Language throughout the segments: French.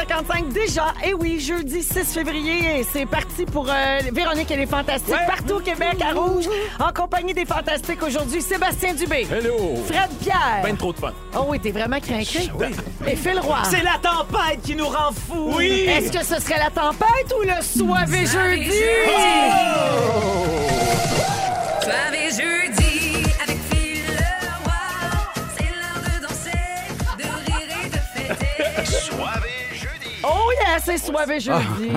17h55 déjà. Et oui, jeudi 6 février, c'est parti pour Véronique et les Fantastiques. Ouais. Partout au Québec, à Rouge, en compagnie des Fantastiques aujourd'hui. Sébastien Dubé. Hello. Fred Pierre. Ben trop de fun. Oh oui, t'es vraiment craqué. Oui. Et Phil Roy. C'est la tempête qui nous rend fous. Oui. Est-ce que ce serait la tempête ou le soivé jeudi? Soivé jeudi avec Phil Roy. C'est l'heure de danser, de rire et de fêter. Soivé jeudi. Oh yeah, c'est soivé jeudi.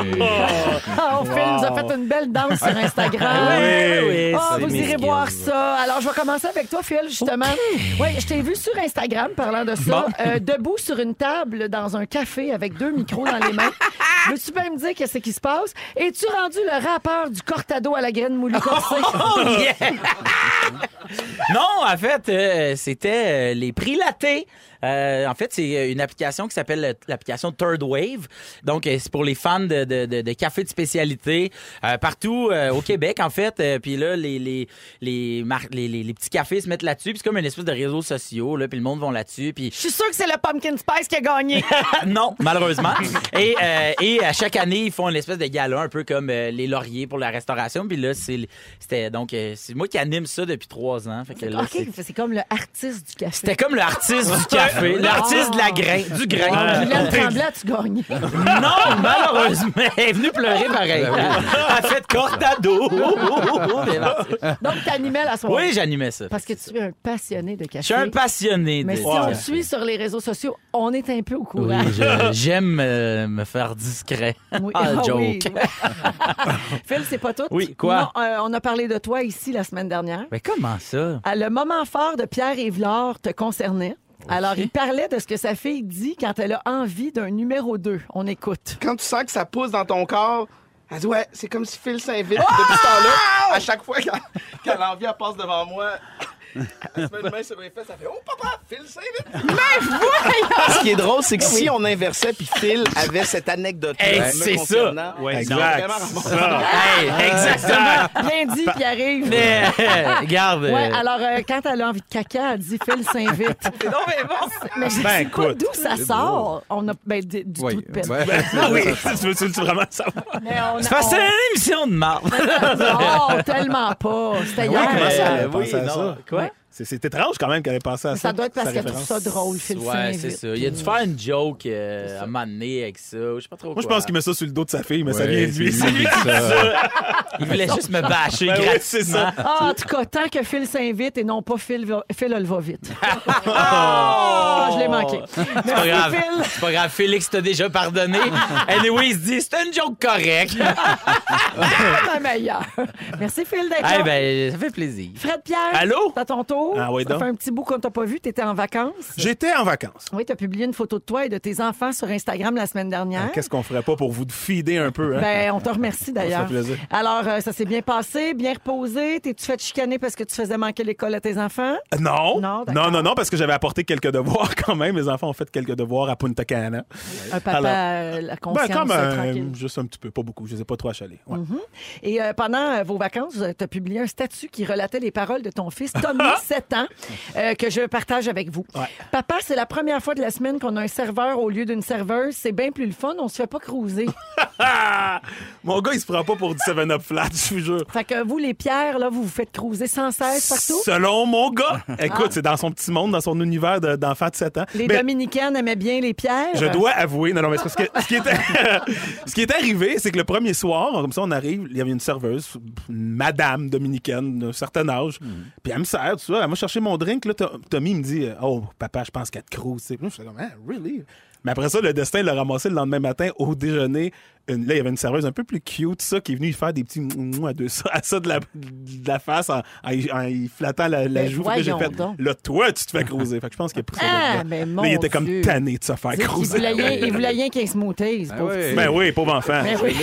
Oh, Phil nous a fait une belle danse sur Instagram. Oui, Oh, vous irez voir ça. Alors, je vais commencer avec toi, Phil, justement. Oui, je t'ai vu sur Instagram, parlant de ça, debout sur une table dans un café avec 2 micros dans les mains. Veux-tu bien me dire qu'est-ce qui se passe? Es-tu rendu le rappeur du cortado à la graine moulue corsée? Oh yeah! Non, en fait, c'était les prix latés. En fait, c'est une application qui s'appelle l'application Third Wave. Donc, c'est pour les fans de café de spécialité partout au Québec, en fait. Puis là, les petits cafés se mettent là-dessus. Puis c'est comme une espèce de réseaux sociaux. Là, puis le monde va là-dessus. Puis Je suis sûre que c'est le Pumpkin Spice qui a gagné. non, malheureusement. Et à chaque année, ils font une espèce de gala, un peu comme les lauriers pour la restauration. Puis là, c'était donc c'est moi qui anime ça depuis 3 ans. Fait que là, OK, c'est comme le artiste du café. c'était comme l'artiste du café, l'artiste de la grain, du grain. Guylaine Tremblay, tu gagnes. Non, malheureusement, elle est venue pleurer pareil. Elle a fait cortado. Donc, t'animais la soirée. Oui, j'animais ça. Parce que tu es un passionné de café. Je suis un passionné Mais de si on te suit sur les réseaux sociaux, on est un peu au courant. Oui, j'aime me faire discret. Oui. Joke. Oui. Phil, c'est pas tout. Oui, quoi? Non, on a parlé de toi ici la semaine dernière. Mais comment ça? Le moment fort de Pierre Yvelard te concernait. Alors, il parlait de ce que sa fille dit quand elle a envie d'un numéro 2. On écoute. Quand tu sens que ça pousse dans ton corps, elle dit ouais, c'est comme si Phil s'invite. Depuis ce temps-là, à chaque fois qu'elle a envie, elle passe devant moi. Elle se met une main sur mes fesses, elle fait oh papa, Phil s'invite. Mais voyons! Ce qui est drôle, c'est que si on inversait puis Phil avait cette anecdote, c'est ça. Ouais, exact. Exactement. Bien dit, Pierre-Yves. Mais, regarde. Ouais, alors, quand elle a envie de caca, elle dit Phil s'invite. Non, mais bon. Mais je Ben, dis pas écoute, d'où ça sort. On a du tout de peine. Oui, tu veux vraiment savoir? Mais on C'est parce que c'est une émission de marde. Non, tellement pas. C'était hier. comment ça? ça. Pensé à ça. Quoi? C'est étrange quand même qu'elle ait pensé à ça. Ça doit être parce sa qu'elle trouve référence. ça drôle, Phil Ouais, s'invite. c'est ça. Il a dû faire une joke à un moment donné avec ça. Je sais pas trop Moi, je quoi. pense qu'il met ça sur le dos de sa fille, mais ça Ouais, vient de lui. c'est lui qui dit ça. Il voulait juste me bâcher Ben oui, gratuitement. c'est ça. Ah, en tout cas, tant que Phil s'invite et non pas Phil elle va vite. Je l'ai manqué. C'est pas grave. Phil. C'est pas grave. Félix t'a déjà pardonné. Anyway, il se dit, c'est une joke correcte. La meilleure. Merci, Phil, d'être là. Eh ben, ça fait plaisir. Fred Pierre. Allô? C'est à ton tour. Ah oui, Ça donc. fait un petit bout qu'on t'a pas vu. T'étais en vacances. J'étais en vacances. Oui, t'as publié une photo de toi et de tes enfants sur Instagram la semaine dernière. Qu'est-ce qu'on ferait pas pour vous feeder un peu, hein? Ben, on te remercie d'ailleurs. Ça fait plaisir. Alors, ça s'est bien passé, bien reposé. T'es-tu fait chicaner parce que tu faisais manquer l'école à tes enfants? Non. Non, d'accord. Non, parce que j'avais apporté quelques devoirs quand même. Les enfants ont fait quelques devoirs à Punta Cana. Un papa, Alors, la conscience comme tranquille. juste un petit peu, pas beaucoup. Je les ai pas trop achalés. Ouais. Et pendant vos vacances, tu as publié un statut qui relatait les paroles de ton fils, Tommy, 7 ans, que je partage avec vous. Ouais. Papa, c'est la première fois de la semaine qu'on a un serveur au lieu d'une serveuse. C'est bien plus le fun, on se fait pas cruiser. Mon gars, il se prend pas pour du 7-Up flat, je vous jure. Fait que vous, les pierres, là, vous vous faites cruiser sans cesse partout. Selon mon gars. Écoute, c'est dans son petit monde, dans son univers d'enfant de 7 ans. Les Mais Dominicaines aimaient bien les pierres. je dois avouer, non, mais c'est parce que ce qui est arrivé, c'est que le premier soir, comme ça, on arrive, il y avait une serveuse, une madame dominicaine d'un certain âge, puis elle me sert, tout ça, elle m'a cherché mon drink, là, Tommy me dit « Oh, papa, je pense qu'elle te crouse. » Puis là, je suis comme « Ah, really? » Mais après ça, le destin l'a ramassé le lendemain matin au déjeuner. Là, il y avait une serveuse un peu plus cute, ça, qui est venue lui faire des petits mouns à ça de la face en y flattant la joue. Fait que j'ai voyons fait, donc. là, toi, tu te fais cruiser. Fait que je pense qu'il a pris ça. Ah, là. mais mon Là, il était Dieu. comme tanné de se faire Il cruiser. voulait rien qu'un smoothies. pauvre ouais. petit. Ben oui, pauvre enfant. Ben oui.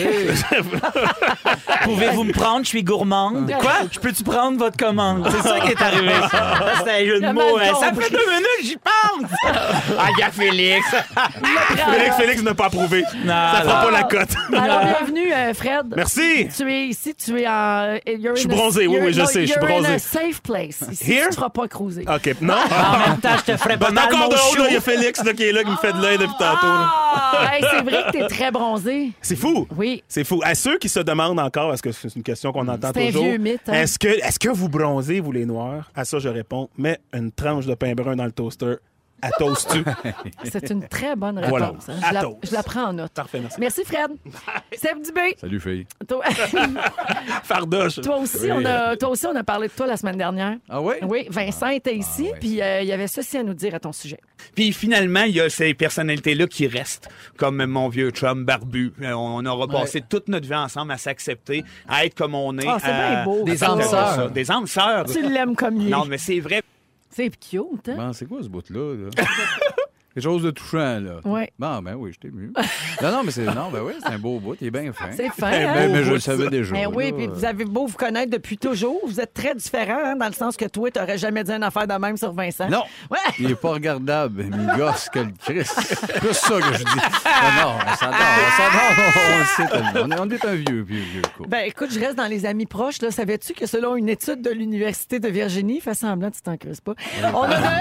Pouvez-vous me prendre? Je suis gourmande. Quoi? Je peux-tu prendre votre commande? C'est ça qui est arrivé. C'était un jeu de Il a mots. mal Ça compris. fait 2 minutes, j'y pense. Ah, gars, Félix. Félix n'a pas approuvé. Ça fera pas la cote. Alors, bienvenue, Fred. Merci. Tu es ici, tu es en... Je suis bronzé, oui, je sais, je suis bronzé. You're in a safe place. Ici, Here? tu ne feras pas cruiser. OK, non. En même temps, je te ferais pas Ben, mal encore mon drôle, show. là, il y a Félix là, qui est là, qui me fait de l'œil depuis tantôt. là. Ah! Hey, c'est vrai que tu es très bronzé. C'est fou. Oui. C'est fou. À ceux qui se demandent encore, parce que c'est une question qu'on entend C'est un toujours. vieux mythe, hein? Est-ce que vous bronzez, vous les noirs? À ça, je réponds, mets une tranche de pain brun dans le toaster. À toast-tu? C'est une très bonne réponse. Voilà. hein. À Je, la, toast. je la prends en note. Parfait, merci. Merci, Fred. Seb Dubé. Salut, fille. Toi, Fardoche. toi aussi, on a parlé de toi la semaine dernière. Ah oui? Oui, Vincent était ici, ouais. puis il y avait ceci à nous dire à ton sujet. Puis finalement, il y a ces personnalités-là qui restent, comme mon vieux chum barbu. On aura passé toute notre vie ensemble à s'accepter, à être comme on est. Ah, c'est bien beau. à Des partager âmes sœurs. ça. Des âmes sœurs. Tu l'aimes comme il est. Non, mais c'est vrai. C'est cute, hein? Bon, c'est quoi ce bout-là? Là? Quelque chose de touchant, là. Ouais. Bon, ben oui, je t'ai ému. Non, mais c'est un beau bout. Il est bien fin. C'est fin, Ben, hein? mais je le savais déjà. Ben oui, là. puis vous avez beau vous connaître depuis toujours, vous êtes très différents, hein, dans le sens que toi, tu n'aurais jamais dit une affaire de même sur Vincent. Non, Ouais. il est pas regardable. Il gosse que le Christ. C'est plus ça que je dis. Non, on s'adore. On le sait tellement. On est un vieux couple. Ben écoute, je reste dans les amis proches. Là. Savais-tu que selon une étude de l'Université de Virginie, fais semblant, tu t'en creuses pas, on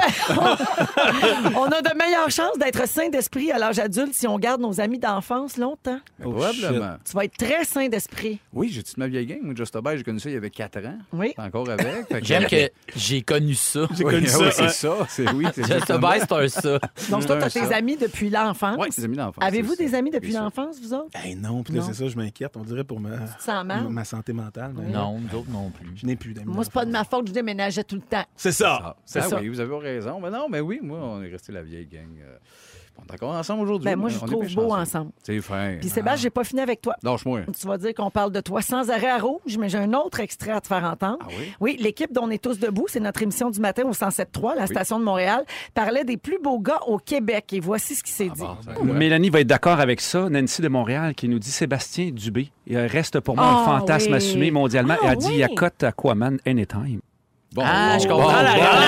a de meilleures chances d'être sain d'esprit à l'âge adulte si on garde nos amis d'enfance longtemps. Ben, probablement. Tu vas être très sain d'esprit. Oui, j'ai toute ma vieille gang. Moi, Just Obey, j'ai connu ça il y avait 4 ans. Oui. T'es encore avec. Fait J'aime que j'ai connu ça. Oui, connu ça, c'est hein. ça. C'est Just exactement. a c'est un ça. Donc toi, tu as ça. tes amis depuis l'enfance. Oui, des amis d'enfance. Avez-vous c'est des ça. amis depuis C'est ça. l'enfance, vous autres? Ben non, puis là, Non. c'est ça, je m'inquiète, on dirait, pour te sens mal? ma santé mentale. mais Non, nous autres non plus. Je n'ai plus d'amis. Moi, c'est pas de ma faute, je déménageais tout le temps. C'est ça. Ah, C'est ah ça. oui, vous avez raison. Mais non, mais oui, moi, on est resté la vieille gang. On est encore ensemble aujourd'hui. Ben moi, je On vous est trouve bien beau chanceux. ensemble. C'est fin. Puis Sébastien, j'ai pas fini avec toi. Lâche-moi. Tu vas dire qu'on parle de toi sans arrêt à rouge, mais j'ai un autre extrait à te faire entendre. Ah oui? Oui, l'équipe dont on est tous debout, c'est notre émission du matin au 107.3, la station de Montréal, parlait des plus beaux gars au Québec. Et voici ce qui s'est dit. Bon, ça va. Mélanie va être d'accord avec ça. Nancy de Montréal qui nous dit Sébastien Dubé. Il reste pour moi Ah, un fantasme oui. assumé mondialement. Ah, Elle a dit oui. Yakot Aquaman Anytime. Bon, Ah, je bon, comprends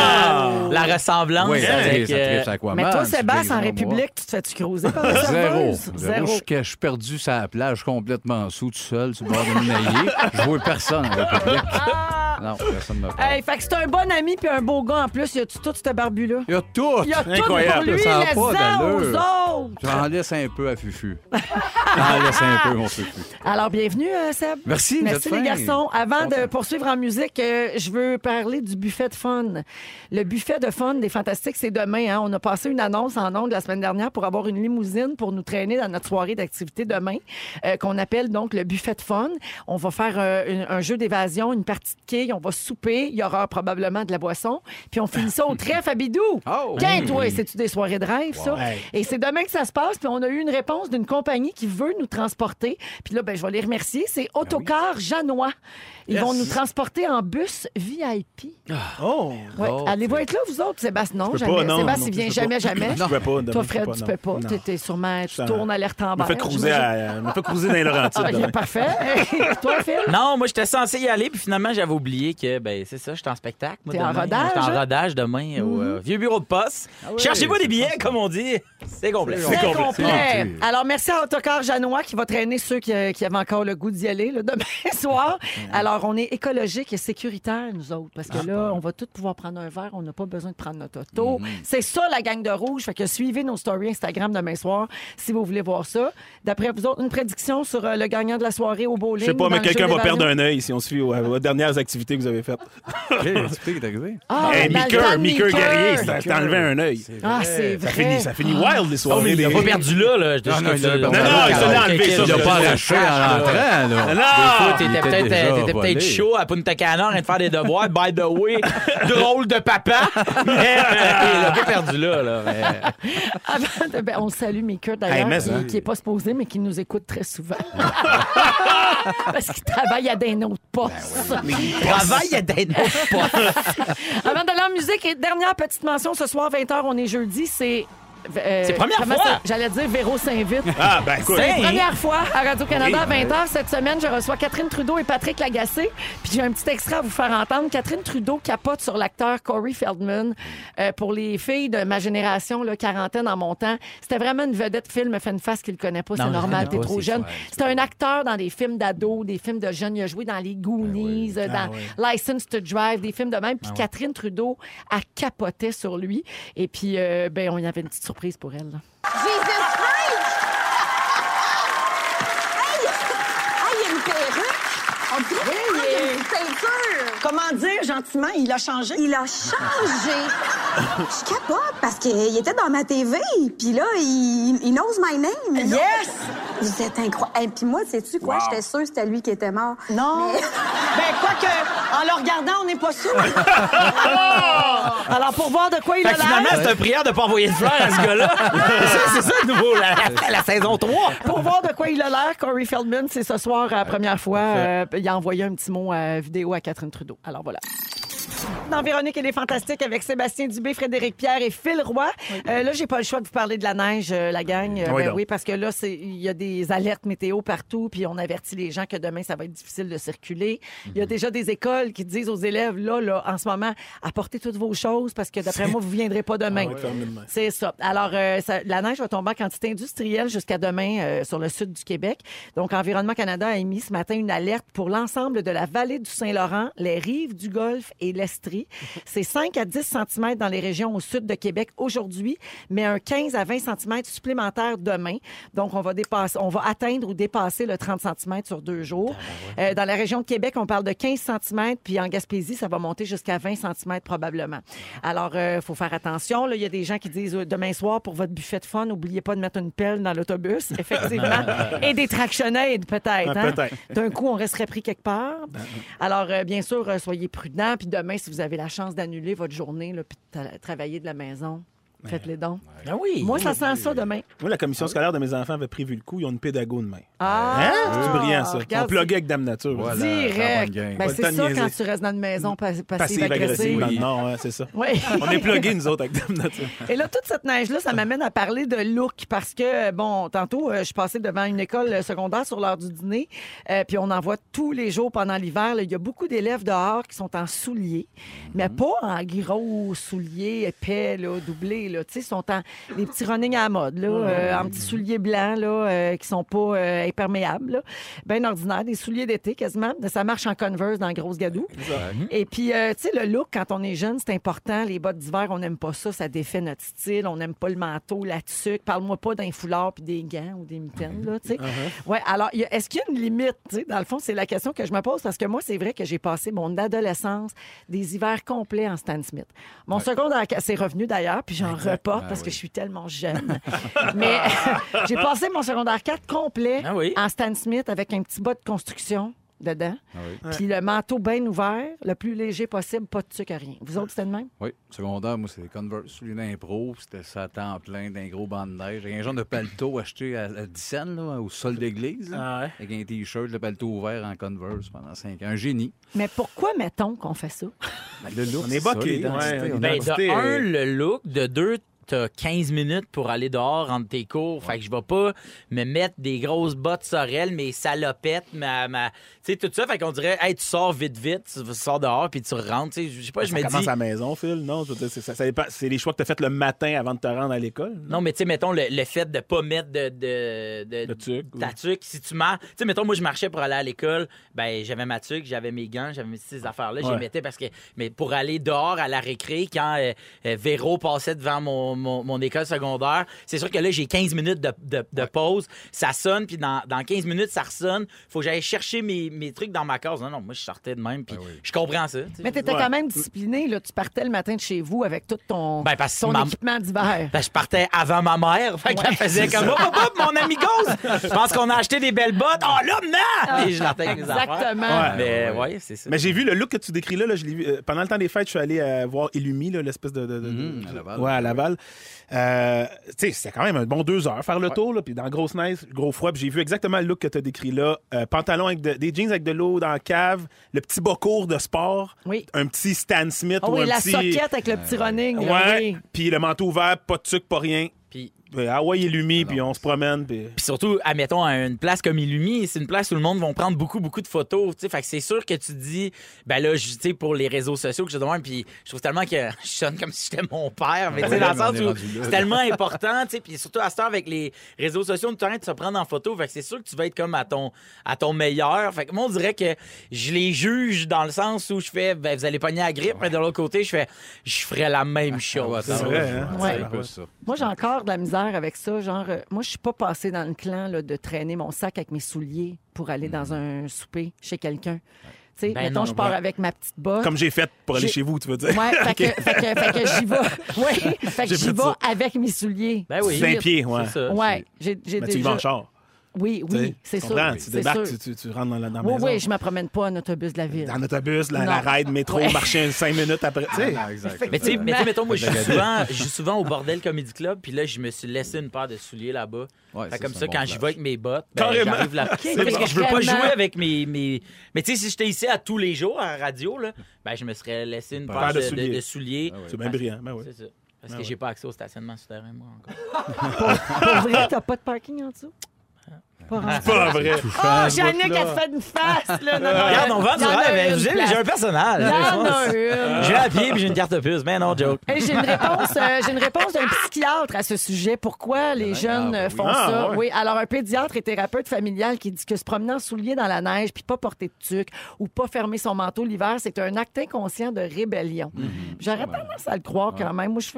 bon, la ressemblance Oui, avec... ça tripe sur Aquaman, Mais toi, c'est Sébastien, James en Momoa. République, tu te fais-tu cruiser par la Zéro. serveuse? Zéro. Je suis perdu sur la plage complètement sous, tout seul, sur le bord de Minaillé. Je vois personne en République. Non, personne ne me parle. Hey, fait que c'est un bon ami puis un beau gars en plus. Y a-tu tout ce barbu-là? Il y a tout. Il y a tout Incroyable. pour lui, Ça a les pas uns aux d'allure. autres. J'en laisse un peu à Fufu. J'en laisse un peu, mon Fufu. Alors, bienvenue, Seb. Merci, vous Merci, êtes les fin. garçons. Avant de Content. poursuivre en musique, je veux parler du buffet de fun. Le buffet de fun des Fantastiques, c'est demain. Hein? On a passé une annonce en ondes la semaine dernière pour avoir une limousine pour nous traîner dans notre soirée d'activité demain, qu'on appelle donc le buffet de fun. On va faire un jeu d'évasion, une partie de quilles, on va souper, il y aura probablement de la boisson, puis on finit ça au trèfle à Bidou. Oh! Tiens, toi, c'est-tu des soirées de rêve, ça? Ouais. Et c'est demain que ça se passe, puis on a eu une réponse d'une compagnie qui veut nous transporter. Puis là, ben, je vais les remercier. C'est Autocar Janois. Ils vont nous transporter en bus VIP. Oh! Ouais. Oh, Allez-vous être là, vous autres? Sébastien, non, Je peux jamais. pas, non, Sébastien, non, il vient je peux jamais, pas. jamais. Je peux pas. demain, Toi, je Fred, tu peux pas. Non. T'es sûrement, tu Ça- tournes alerte en Me fait cruiser dans les Laurentides. Ah, demain. parfait. Toi, Phil? Non, moi, j'étais censé y aller, puis finalement, j'avais oublié que, ben, c'est ça, j'étais en spectacle. moi, T'es en demain. rodage, J'étais en hein? rodage demain au vieux bureau de poste. oui, Cherchez-vous des c'est billets, comme on dit. C'est complet. C'est complet. gentil. Alors, merci à Autocar Janois qui va traîner ceux qui avaient encore le goût d'y aller là, demain soir. Alors, on est écologique et sécuritaire, nous autres, parce que là, on va tous pouvoir prendre un verre. On n'a pas besoin de prendre notre auto. C'est ça, la gang de rouge. Fait que suivez nos stories Instagram demain soir si vous voulez voir ça. D'après vous autres, une prédiction sur le gagnant de la soirée au bowling? Je sais pas, ou dans mais le quelqu'un jeu va perdre d'évasion? un œil si on se fie aux dernières activités que vous avez faites. OK, tu sais qui est arrivé? Ah, Hey, dans le temps de Mickey Guerrier, c'est enlevé un œil. Ah, c'est Ça vrai. finit wild, les soirées. Il a pas perdu là. Non, non, il l'a perdu. Non, il se l'a enlevé, ça. Il l'a pas arraché en entrant, là. Non! Écoute, il t'étais était déjà peut-être volé. chaud à Punta Cana en train de faire des devoirs. By the way, drôle de papa. Mais il a pas perdu là. Mais... Avant de- ben, on salue Mickey, d'ailleurs, Hey, mais, hein. qui n'est pas supposé, mais qui nous écoute très souvent. Parce qu'il travaille à des autres postes. Travaille à des autres postes. Avant d'aller en musique, et dernière petite mention, ce soir, 20h, on est jeudi, c'est C'est première comment fois? ça? J'allais dire Véro s'invite. Ah, ben écoute. C'est la première fois à Radio-Canada à Oui, 20h. Cette semaine, je reçois Catherine Trudeau et Patrick Lagacé. Puis j'ai un petit extrait à vous faire entendre. Catherine Trudeau capote sur l'acteur Corey Feldman. Pour les filles de ma génération, là, quarantaine en montant, c'était vraiment une vedette film. Fait une face qu'il ne connaît pas, c'est Non, je normal, connais t'es pas, trop c'est jeune. ça. C'était un acteur dans des films d'ados, des films de jeunes. Il a joué dans les Goonies, dans License to Drive, des films de même. Puis Catherine Trudeau a capoté sur lui. Et puis, ben, on y avait une petite surprise pour elle, là. Jesus Christ! Hey, il y a une perruque! On dirait qu'il y a une teinture! Comment dire gentiment, il a changé? Il a changé! Je capote parce qu'il était dans ma TV, puis là, il knows my name. là. Yes! Vous êtes incroyable. Et puis moi, sais-tu quoi? J'étais sûre que c'était lui qui était mort. Non. Mais- Ben, quoique, en le regardant, on n'est pas sûr. Alors, pour voir de quoi il Fait a que finalement, l'air, c'est un prière de pas envoyer de fleurs à ce gars-là. c'est ça le nouveau, la saison 3. pour voir de quoi il a l'air, Corey Feldman, c'est ce soir, la première fois, il a envoyé un petit mot vidéo à Catherine Trudeau. Alors, voilà. Dans Véronique, elle est fantastique avec Sébastien Dubé, Frédéric Pierre et Phil Roy. Là, j'ai pas le choix de vous parler de la neige, la gang. Oui, parce que là, il y a des alertes météo partout, puis on avertit les gens que demain, ça va être difficile de circuler. Il y a déjà des écoles qui disent aux élèves, là, en ce moment, apportez toutes vos choses parce que d'après moi, vous viendrez pas demain. C'est ça. Alors, la neige va tomber en quantité industrielle jusqu'à demain sur le sud du Québec. Donc, Environnement Canada a émis ce matin une alerte pour l'ensemble de la vallée du Saint-Laurent, les rives du Golfe et l'Estrie. C'est 5 à 10 cm dans les régions au sud de Québec aujourd'hui, mais un 15 à 20 cm supplémentaire demain. Donc, on va atteindre ou dépasser le 30 cm sur 2 jours. Dans la région de Québec, on parle de 15 cm, puis en Gaspésie, ça va monter jusqu'à 20 cm probablement. Alors, il faut faire attention. Là, il y a des gens qui disent demain soir, pour votre buffet de fun, n'oubliez pas de mettre une pelle dans l'autobus, effectivement, et des tractionnaides, peut-être. Hein? Peut-être. D'un coup, on resterait pris quelque part. Alors, bien sûr, soyez prudents. Puis demain, si vous avez la chance d'annuler votre journée, là, puis de travailler de la maison, faites-les dons. Ah oui. Moi, ça sent ça demain. Moi, la commission scolaire de mes enfants avait prévu le coup. Ils ont une pédago demain. Ah! C'est brillant, ça. regarde, On pluguait avec Dame Nature. Voilà. Direct. bonne gang. Ben, Pas le c'est temps de ça niaiser. quand tu restes dans une maison Passive-agressive. passive-agressive. Dans le Nord, hein, c'est ça. Oui. On est plugués, nous autres, avec Dame Nature. Et là, toute cette neige-là, ça m'amène à parler de look parce que, bon, tantôt, je suis passée devant une école secondaire sur l'heure du dîner, puis on en voit tous les jours pendant l'hiver. là. Il y a beaucoup d'élèves dehors qui sont en souliers, mais pas en gros souliers épais, là, doublés. Là. Tu sais, ils sont en les petits running à la mode, là, en petits souliers blancs là, qui sont pas imperméables. Là. Bien ordinaire, des souliers d'été quasiment. Ça marche en Converse dans Grosse Gadou. Et puis, tu sais, le look, quand on est jeune, c'est important. Les bottes d'hiver, on n'aime pas ça. Ça défait notre style. On n'aime pas le manteau, la tuque. Parle-moi pas d'un foulard puis des gants ou des mitaines, là, tu sais. Ouais, alors, est-ce qu'il y a une limite? Tu sais, dans le fond, c'est la question que je me pose parce que moi, c'est vrai que j'ai passé mon adolescence des hivers complets en Stan Smith. Mon secondaire, c'est revenu d'ailleurs, puis j'en reporte parce que je suis tellement jeune. Mais j'ai passé mon secondaire 4 complet en Stan Smith avec un petit bas de construction dedans. Puis le manteau bien ouvert, le plus léger possible, pas de sucre, rien. Vous autres, c'était le même? Oui, secondaire, moi, c'est Converse souliers d'impro. C'était ça à temps plein d'un gros banc de neige. Avec un genre de paletot acheté à 10 cents, là, au sol d'église. là, avec un T-shirt, le paletot ouvert en Converse pendant 5 ans. Un génie. Mais pourquoi, mettons, qu'on fait ça? Ben, le look, On est c'est ça, boqués, l'identité, ouais. on est Ben, L'identité, de un, le look. De deux, t'as 15 minutes pour aller dehors entre tes cours. Fait que je vais pas me mettre des grosses bottes sorel, mes salopettes, tu sais, tout ça. Fait qu'on dirait, hey, tu sors vite, tu sors dehors, puis tu rentres. Tu sais, je sais pas, je Ça me commence dis. à la maison, Phil? Non, je veux dire, ça dépend. C'est les choix que tu as fait le matin avant de te rendre à l'école. Non, mais tu sais, mettons, le fait de pas mettre de tuque, ta tuque. Si tu marches... Tu sais, mettons, moi, je marchais pour aller à l'école, ben j'avais ma tuque, j'avais mes gants, j'avais ces affaires-là, je les mettais parce que... Mais pour aller dehors à la récré, quand Véro passait devant mon école secondaire, c'est sûr que là, j'ai 15 minutes de pause, ça sonne, puis dans 15 minutes, ça ressonne. Faut que j'aille chercher mes trucs dans ma case. Non, moi, je sortais de même, puis je comprends ça. T'sais. Mais t'étais quand même discipliné, là. Tu partais le matin de chez vous avec tout ton équipement d'hiver. Ben, je partais avant ma mère. Fait qu'elle faisait comme, hop, mon amigos! Je pense qu'on a acheté des belles bottes. Oh là, non! Et je l'entends avec les affaires. Exactement. Mais ouais, c'est ça. Mais j'ai vu le look que tu décris là, je l'ai vu. Pendant le temps des fêtes, je suis allé voir Illumi, là, l'espèce de à Laval. Ouais, à Laval. Tu sais, c'était quand même un bon 2 heures faire le tour, là, puis dans la grosse neige, gros froid. Puis j'ai vu exactement le look que tu as décrit là. Pantalon avec des jeans avec de l'eau dans la cave, le petit bas court de sport, un petit Stan Smith Oh ou oui, un la petit... soquette avec le petit running. Ouais, Oui. puis le manteau ouvert, pas de sucre, pas rien. Hawaii et Lumi, puis on se promène. Puis surtout, admettons, à une place comme Illumi, c'est une place où le monde va prendre beaucoup, beaucoup de photos. Fait que c'est sûr que tu te dis, ben là, tu sais, pour les réseaux sociaux que je demande, puis je trouve tellement que je sonne comme si j'étais mon père, mais tu sais, dans le sens où c'est tellement important, tu sais, puis surtout à ce temps avec les réseaux sociaux, tu arrêtes de se prendre en photo. Fait que c'est sûr que tu vas être comme à ton meilleur. Fait que moi, on dirait que je les juge dans le sens où je fais, ben, vous allez pogner la grippe, mais de l'autre côté, je ferais la même chose. c'est vrai, hein? Ouais. Ça. Moi, j'ai encore de la misère avec ça. Genre, moi, je suis pas passée dans le clan là, de traîner mon sac avec mes souliers pour aller dans un souper chez quelqu'un. Tu sais, mettons, je pars avec ma petite botte. Comme j'ai fait pour aller chez vous, tu veux dire? Ouais, fait que j'y vais. Oui, fait que j'y vais avec mes souliers. Ben oui. 20 pieds, ouais. C'est ça. Ouais, j'ai Mais déjà... tu y vas en char. Oui, c'est sûr. Tu débarques, tu rentres dans la maison. Oui, je me promène pas en autobus de la ville. Dans l'autobus, la ride, métro, marcher 5 minutes après. Mais tu sais, mettons, moi, je joue souvent au Bordel Comedy Club, puis là, je me suis laissé une paire de souliers là-bas. Ouais, comme ça, bon quand j'y vais avec mes bottes, Carrément. j'arrive là. Parce que je veux pas jouer avec mes... Mais tu sais, si j'étais ici à tous les jours, à la radio, là, ben, je me serais laissé une paire de souliers. C'est bien brillant. Ben oui. C'est ça. Parce que j'ai pas accès au stationnement souterrain, moi, encore. Pour vrai, t'as pas de parking en dessous? Pas vrai. Oh, Jannick, elle te fait une face, là. Non, Regarde, on vend du rêve. J'ai un personnage. Je vais à pied puis j'ai une carte puce. Mais non, joke. Hey, j'ai une réponse d'un psychiatre à ce sujet. Pourquoi les jeunes font ça? ouais. Oui, alors un pédiatre et thérapeute familial qui dit que se promener en souliers dans la neige puis pas porter de tuque ou pas fermer son manteau l'hiver, c'est un acte inconscient de rébellion. J'aurais tendance à le croire quand même. Moi, je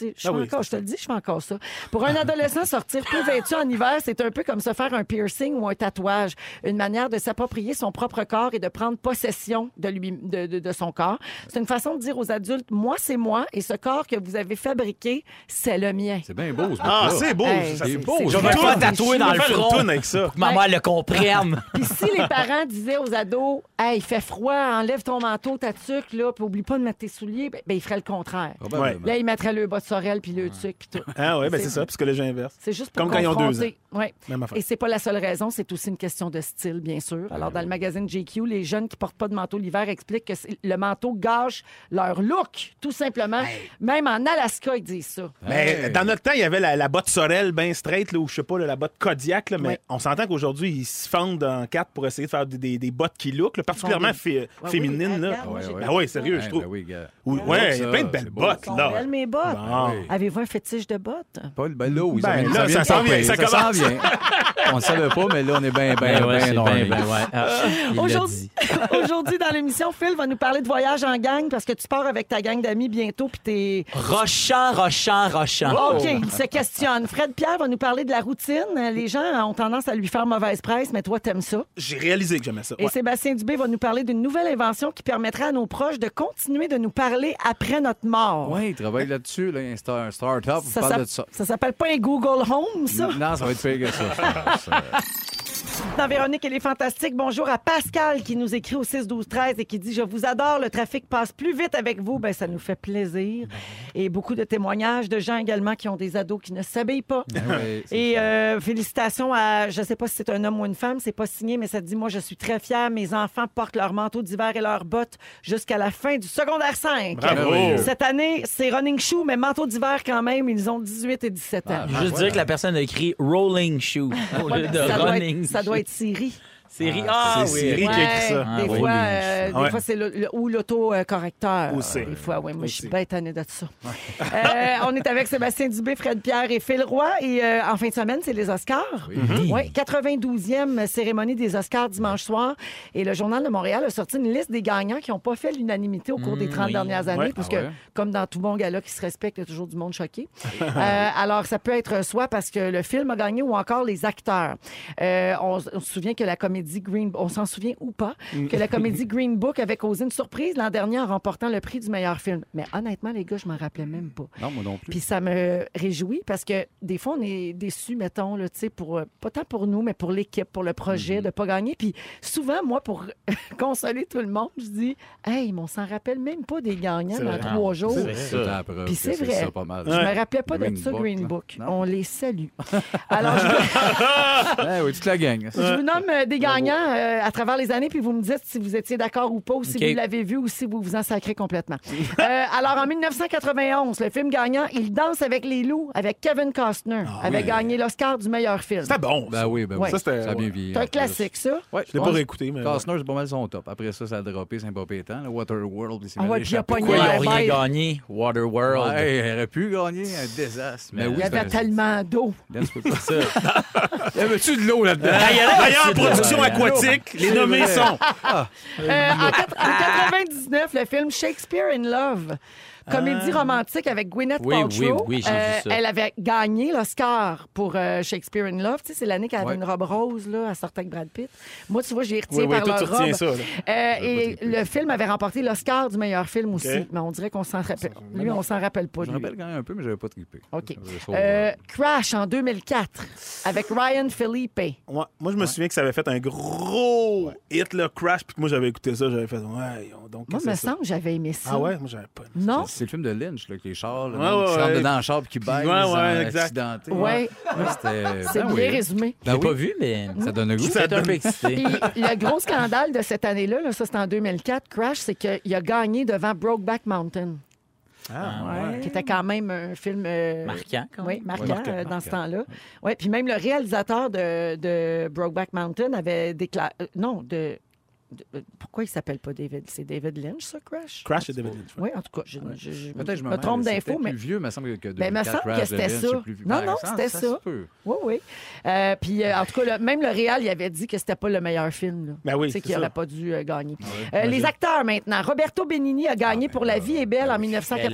te le dis, je fais encore ça. Pour un adolescent, sortir peu vêtu en hiver, c'est un peu comme se faire un piercing ou un tatouage. Une manière de s'approprier son propre corps et de prendre possession de son corps. C'est une façon de dire aux adultes, moi, c'est moi et ce corps que vous avez fabriqué, c'est le mien. C'est bien beau, ce c'est beau. Hey, C'est beau. Je vais pas tatouer dans le faire une front. toune avec ça. Pour que ma mère le comprenne. Puis si les parents disaient aux ados, « Hey, il fait froid, enlève ton manteau, ta tuque, là, puis oublie pas de mettre tes souliers », ben ils feraient le contraire. Probablement. Là, ils mettraient le bas de sorel puis le tuque puis tout. Ah oui, ben c'est ça, psychologie inverse. C'est juste pour Comme quand ils ont 2 ans. confronter. Ouais. Même affaire. Et c'est pas la seule raison, c'est aussi une question de style, bien sûr. Alors, dans le magazine GQ, les jeunes qui portent pas de manteau l'hiver expliquent que le manteau gâche leur look, tout simplement. Même en Alaska, ils disent ça. Mais dans notre temps, il y avait la botte Sorel bien straight, là, ou je sais pas, la botte Kodiak, là, mais Ouais. on s'entend qu'aujourd'hui, ils se fendent en 4 pour essayer de faire des bottes qui look, là, particulièrement féminines. oui, là. regarde, moi, j'ai Ben oui, sérieux, je trouve. Ben oui, gars. Oui, il y a plein de belles bottes, Sont là. belles, mes bottes. Bon. Avez-vous un fétiche de bottes? Pas le ballot, oui. Ben, là, ça s'en vient, ça commence. vient. On ne savait pas, mais là, on est bien Aujourd'hui, dans l'émission, Phil va nous parler de voyage en gang parce que tu pars avec ta gang d'amis bientôt puis t'es... Rochant. OK, il se questionne. Fred Pierre va nous parler de la routine. Les gens ont tendance à lui faire mauvaise presse, mais toi, t'aimes ça. J'ai réalisé que j'aimais ça. Et Ouais. Sébastien Dubé va nous parler d'une nouvelle invention qui permettra à nos proches de continuer de nous parler après notre mort. Oui, il travaille là-dessus, là, un start-up. Ça, parle de ça. ça s'appelle pas un Google Home, ça? Non, ça va être pire que ça. je pense. Dans Véronique, elle est fantastique. Bonjour à Pascal qui nous écrit au 6-12-13 et qui dit « Je vous adore, le trafic passe plus vite avec vous. » Ben, ça nous fait plaisir. Et beaucoup de témoignages de gens également qui ont des ados qui ne s'habillent pas. Oui, c'est Et ça. félicitations à, je ne sais pas si c'est un homme ou une femme, c'est pas signé, mais ça dit « Moi, je suis très fière. Mes enfants portent leur manteau d'hiver et leurs bottes jusqu'à la fin du secondaire 5. Bravo! Cette année, c'est running shoe, mais manteau d'hiver quand même. Ils ont 18 et 17 ans. Juste dire que la personne a écrit rolling shoe au lieu de running. Ça doit être Siri. Série. c'est Siri qui a écrit ça. Des oui. fois, Ouais. c'est ou l'auto-correcteur. Aussi. Des fois, oui. Moi, je suis Aussi. bête tannée de ça. On est avec Sébastien Dubé, Fred Pierre et Phil Roy. Et en fin de semaine, c'est les Oscars. Oui. 92e cérémonie des Oscars dimanche soir. Et le Journal de Montréal a sorti une liste des gagnants qui n'ont pas fait l'unanimité au cours des 30 dernières années. Ouais. Parce Ah ouais? que, comme dans tout bon gala qui se respecte, il y a toujours du monde choqué. Alors, ça peut être soit parce que le film a gagné ou encore les acteurs. On se souvient que la comédie Green... On s'en souvient ou pas, que la comédie Green Book avait causé une surprise l'an dernier en remportant le prix du meilleur film. Mais honnêtement, les gars, je m'en rappelais même pas. Non, moi non plus. Puis ça me réjouit parce que des fois, on est déçus, mettons, là, tu sais, pas tant pour nous, mais pour l'équipe, pour le projet, de ne pas gagner. Puis souvent, moi, pour consoler tout le monde, je dis « Hey, mais on s'en rappelle même pas des gagnants C'est dans vrai. 3 jours. » C'est la preuve Puis que c'est vrai. ça pas mal. Je me rappelais pas de Green ça, Book, Green là. Book. Non. On les salue. Alors, Eh oui, toute la gang. je vous nomme des gagnant à travers les années, puis vous me dites si vous étiez d'accord ou pas, ou si OK. vous l'avez vu, ou si vous vous en sacrez complètement. Alors, en 1991, le film gagnant, Il danse avec les loups, avec Kevin Costner, avait gagné l'Oscar du meilleur film. C'était bon. Ben oui, ben oui. Ouais. Ça, c'était. Ça a bien vieilli. C'est un classique, ça. Ouais, Je l'ai pas réécouté, mais. Costner, c'est pas mal son top. Après ça, ça a droppé, c'est pas pétant. Le Waterworld, il s'est Ah mal ouais, puis il a échappé. pogné Pourquoi ils n'ont Ouais, rien gagné? Waterworld. Ouais, il aurait pu gagner un désastre. Mais Il y avait tellement d'eau. ça. Y avait-tu de l'eau là-dedans? D'ailleurs, production aquatique, les nommés sont. En 99, le film Shakespeare in Love. Comédie romantique avec Gwyneth Oui, Paltrow. oui, j'ai vu ça. Elle avait gagné l'Oscar pour Shakespeare in Love. Tu sais, c'est l'année qu'elle avait Ouais. une robe rose, là, elle sortait avec Brad Pitt. Moi, tu vois, j'ai retiens Oui, par toi, tu leur retiens robe. ça. là. Et le film avait remporté l'Oscar du meilleur film aussi. Mais on dirait qu'on s'en rappelle. Lui, on s'en rappelle pas. Je lui. me rappelle quand même un peu, mais j'avais pas trippé. OK. Ça, Crash en 2004 avec Ryan Philippe. Moi, je me souviens que ça avait fait un gros hit, là, Crash, puis que moi, j'avais écouté ça, j'avais fait, ouais, donc, Moi, c'est me ça. semble que j'avais aimé ça. Ah ouais, moi, j'avais pas. Non? C'est le film de Lynch, là, qui est char, là, Ouais, qui ouais, rentre ouais. dedans le char puis qui baise, Ouais, exact. accidenté. Ouais. C'était... C'est Ben bien oui. résumé. Je l'ai pas vu, mais Ça donne le goût. j'étais un peu excité. Puis le gros scandale de cette année-là, là, ça c'était en 2004, Crash, c'est qu'il a gagné devant Brokeback Mountain, Ah, qui était quand même un film Marquant, quand oui, même. marquant, dans ce temps-là. Ouais, puis même le réalisateur de Brokeback Mountain avait déclaré... pourquoi il s'appelle pas David? C'est David Lynch, ça, Crash? Crash et David Lynch. Oui, en tout cas, je Peut-être que je me trompe mêle. d'infos, C'est mais... plus vieux, me semble que Ben, me 2004, semble que Crash c'était de Lynch, ça. c'est plus vieux. Non, Ben, non, c'était se ça. peut. Oui, oui. Puis, en tout cas, même le réal, il avait dit que c'était pas le meilleur film. Là. Ben oui, Tu sais, c'est qu'il ça. n'aurait pas dû gagner. Les acteurs, maintenant. Roberto Benigni a gagné pour La vie est belle en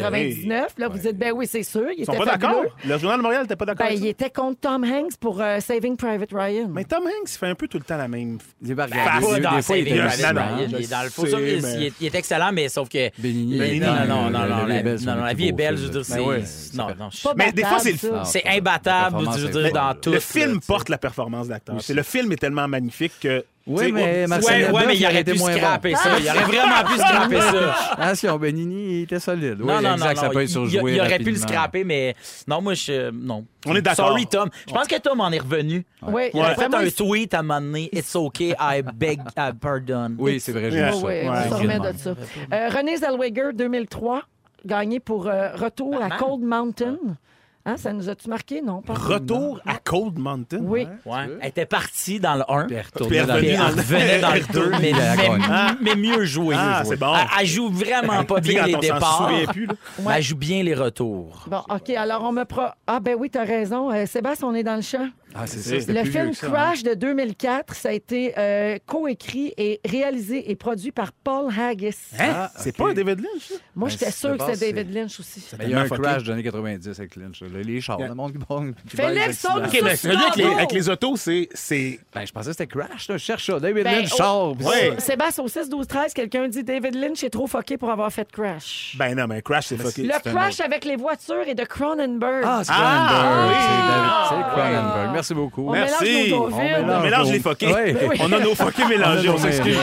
1999. Là, vous dites, ben oui, c'est sûr. Il Ils sont était pas d'accord? fabuleux. Le Journal de Montréal n'était pas d'accord Ben, avec il ça? était contre Tom Hanks pour Saving Private Ryan. Mais Tom Hanks, il fait un peu tout le temps la même. Il est pas Pas regardé. dans Des fois, il Saving est Private Non, non, Ryan. je Il est dans le faux. sais, Ça, mais- il est excellent, mais sauf que. Benigni. Non, La vie est belle, c'est non, un La plus vie est beau belle, film, je veux dire, là. c'est. Ben ouais. Non, non. Pas Mais des fois, c'est le battable, ça. C'est imbattable, La je veux performance dire, est dans folle. tout. Le film là, porte la performance d'acteur. Le film est tellement magnifique que. Oui, tu sais, mais oh, Marcel Ouais, Leboeuf, mais il aurait était pu moins scraper bon. ça. Il aurait vraiment pu scraper ça. Attention, Benigni, il était solide. Oui, Non, non, exact, non, ça non. peut être surjoué Il aurait pu le rapidement. scraper, mais non, moi, non. On est d'accord. Sorry, Tom. Je pense que Tom en est revenu. Oui, Il a fait vraiment, un tweet à un moment donné. It's okay, I beg pardon. Oui, c'est vrai, j'ai Ouais. vu ça. Oui, Ouais. on se remet de ça. René Zellweger, 2003, gagné pour Retour à Cold Mountain. Hein, ça nous a-tu marqué? Non, pas. Retour à Cold Mountain. Oui. Ouais. Elle était partie dans le 1. Puis Puis elle Puis elle dans le- revenait dans le 2, mais, Elle a gagné. mais mieux joué. Ah, c'est bon. Elle joue vraiment pas Tu sais, bien quand les on s'en départs. souvient plus, là. Mais elle joue bien les retours. Bon, OK, alors on me Ah, ben oui, t'as raison. Sébastien, on est dans le champ. Ah, c'est ça, c'était Le plus vieux film que ça, hein. Crash de 2004, ça a été coécrit et réalisé et produit par Paul Haggis. Ah, C'est ok. pas un David Lynch, ça? Moi, Ben, j'étais de sûre que base, c'était David Lynch aussi. Mais il y a un tellement crash fucké. des années 90 avec Lynch. Là. Les chars, le monde qui bombe. Félix, qui baise on d'accident. OK, mais celui avec les autos, c'est. Ben, je pensais que c'était Crash. Là. Je cherche ça. David Ben, Lynch, char. puis ouais. ça. Sébastien, au 6-12-13, quelqu'un dit David Lynch est trop fucké pour avoir fait Crash. Ben non, mais Crash, c'est fucké. Le c'est un Crash avec les voitures est de Cronenberg. Ah, c'est Ah, Cronenberg. oui. C'est Cronenberg. Merci beaucoup. On Merci. mélange nos On David. On mélange les fuckés. Ouais. On a nos fuckés mélangés, on s'excuse.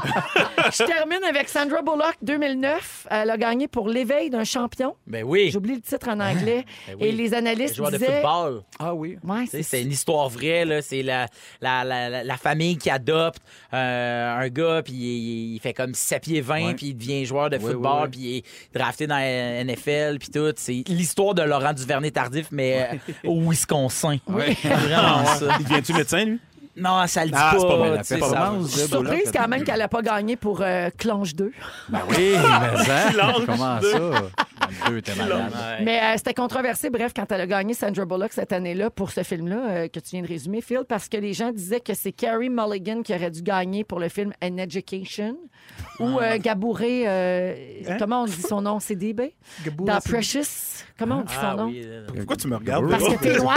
Je termine avec Sandra Bullock, 2009. Elle a gagné pour L'éveil d'un champion. Ben oui. J'oublie le titre en anglais. Ben oui. Et les Les analystes joueurs de disaient... football. Ah oui. Ouais, Tu sais, c'est une histoire vraie, là. C'est la famille qui adopte un gars, puis il fait comme 7 pieds 20, Ouais. puis il devient joueur de Ouais, football, ouais. puis il est drafté dans la NFL, puis tout. C'est l'histoire de Laurent Duvernay-Tardif, mais au Wisconsin. Oui. Vraiment ça. Il devient-tu médecin, lui? Non, ça le dit Ah, pas. c'est pas bon, la tu sais, performance Je suis de Bullock, surprise quand même qu'elle n'a pas gagné pour Clanche 2. Ben oui, mais ça. Silence. Comment ça? Le 2 était malade. Ouais. Mais c'était controversé, bref, quand elle a gagné Sandra Bullock cette année-là pour ce film-là que tu viens de résumer, Phil, parce que les gens disaient que c'est Carey Mulligan qui aurait dû gagner pour le film An Education ou Gabouré, comment on dit son nom? C'est DB? Dans Precious. Comment on dit son Ah nom? oui. Pourquoi tu me regardes? Parce que t'es noir.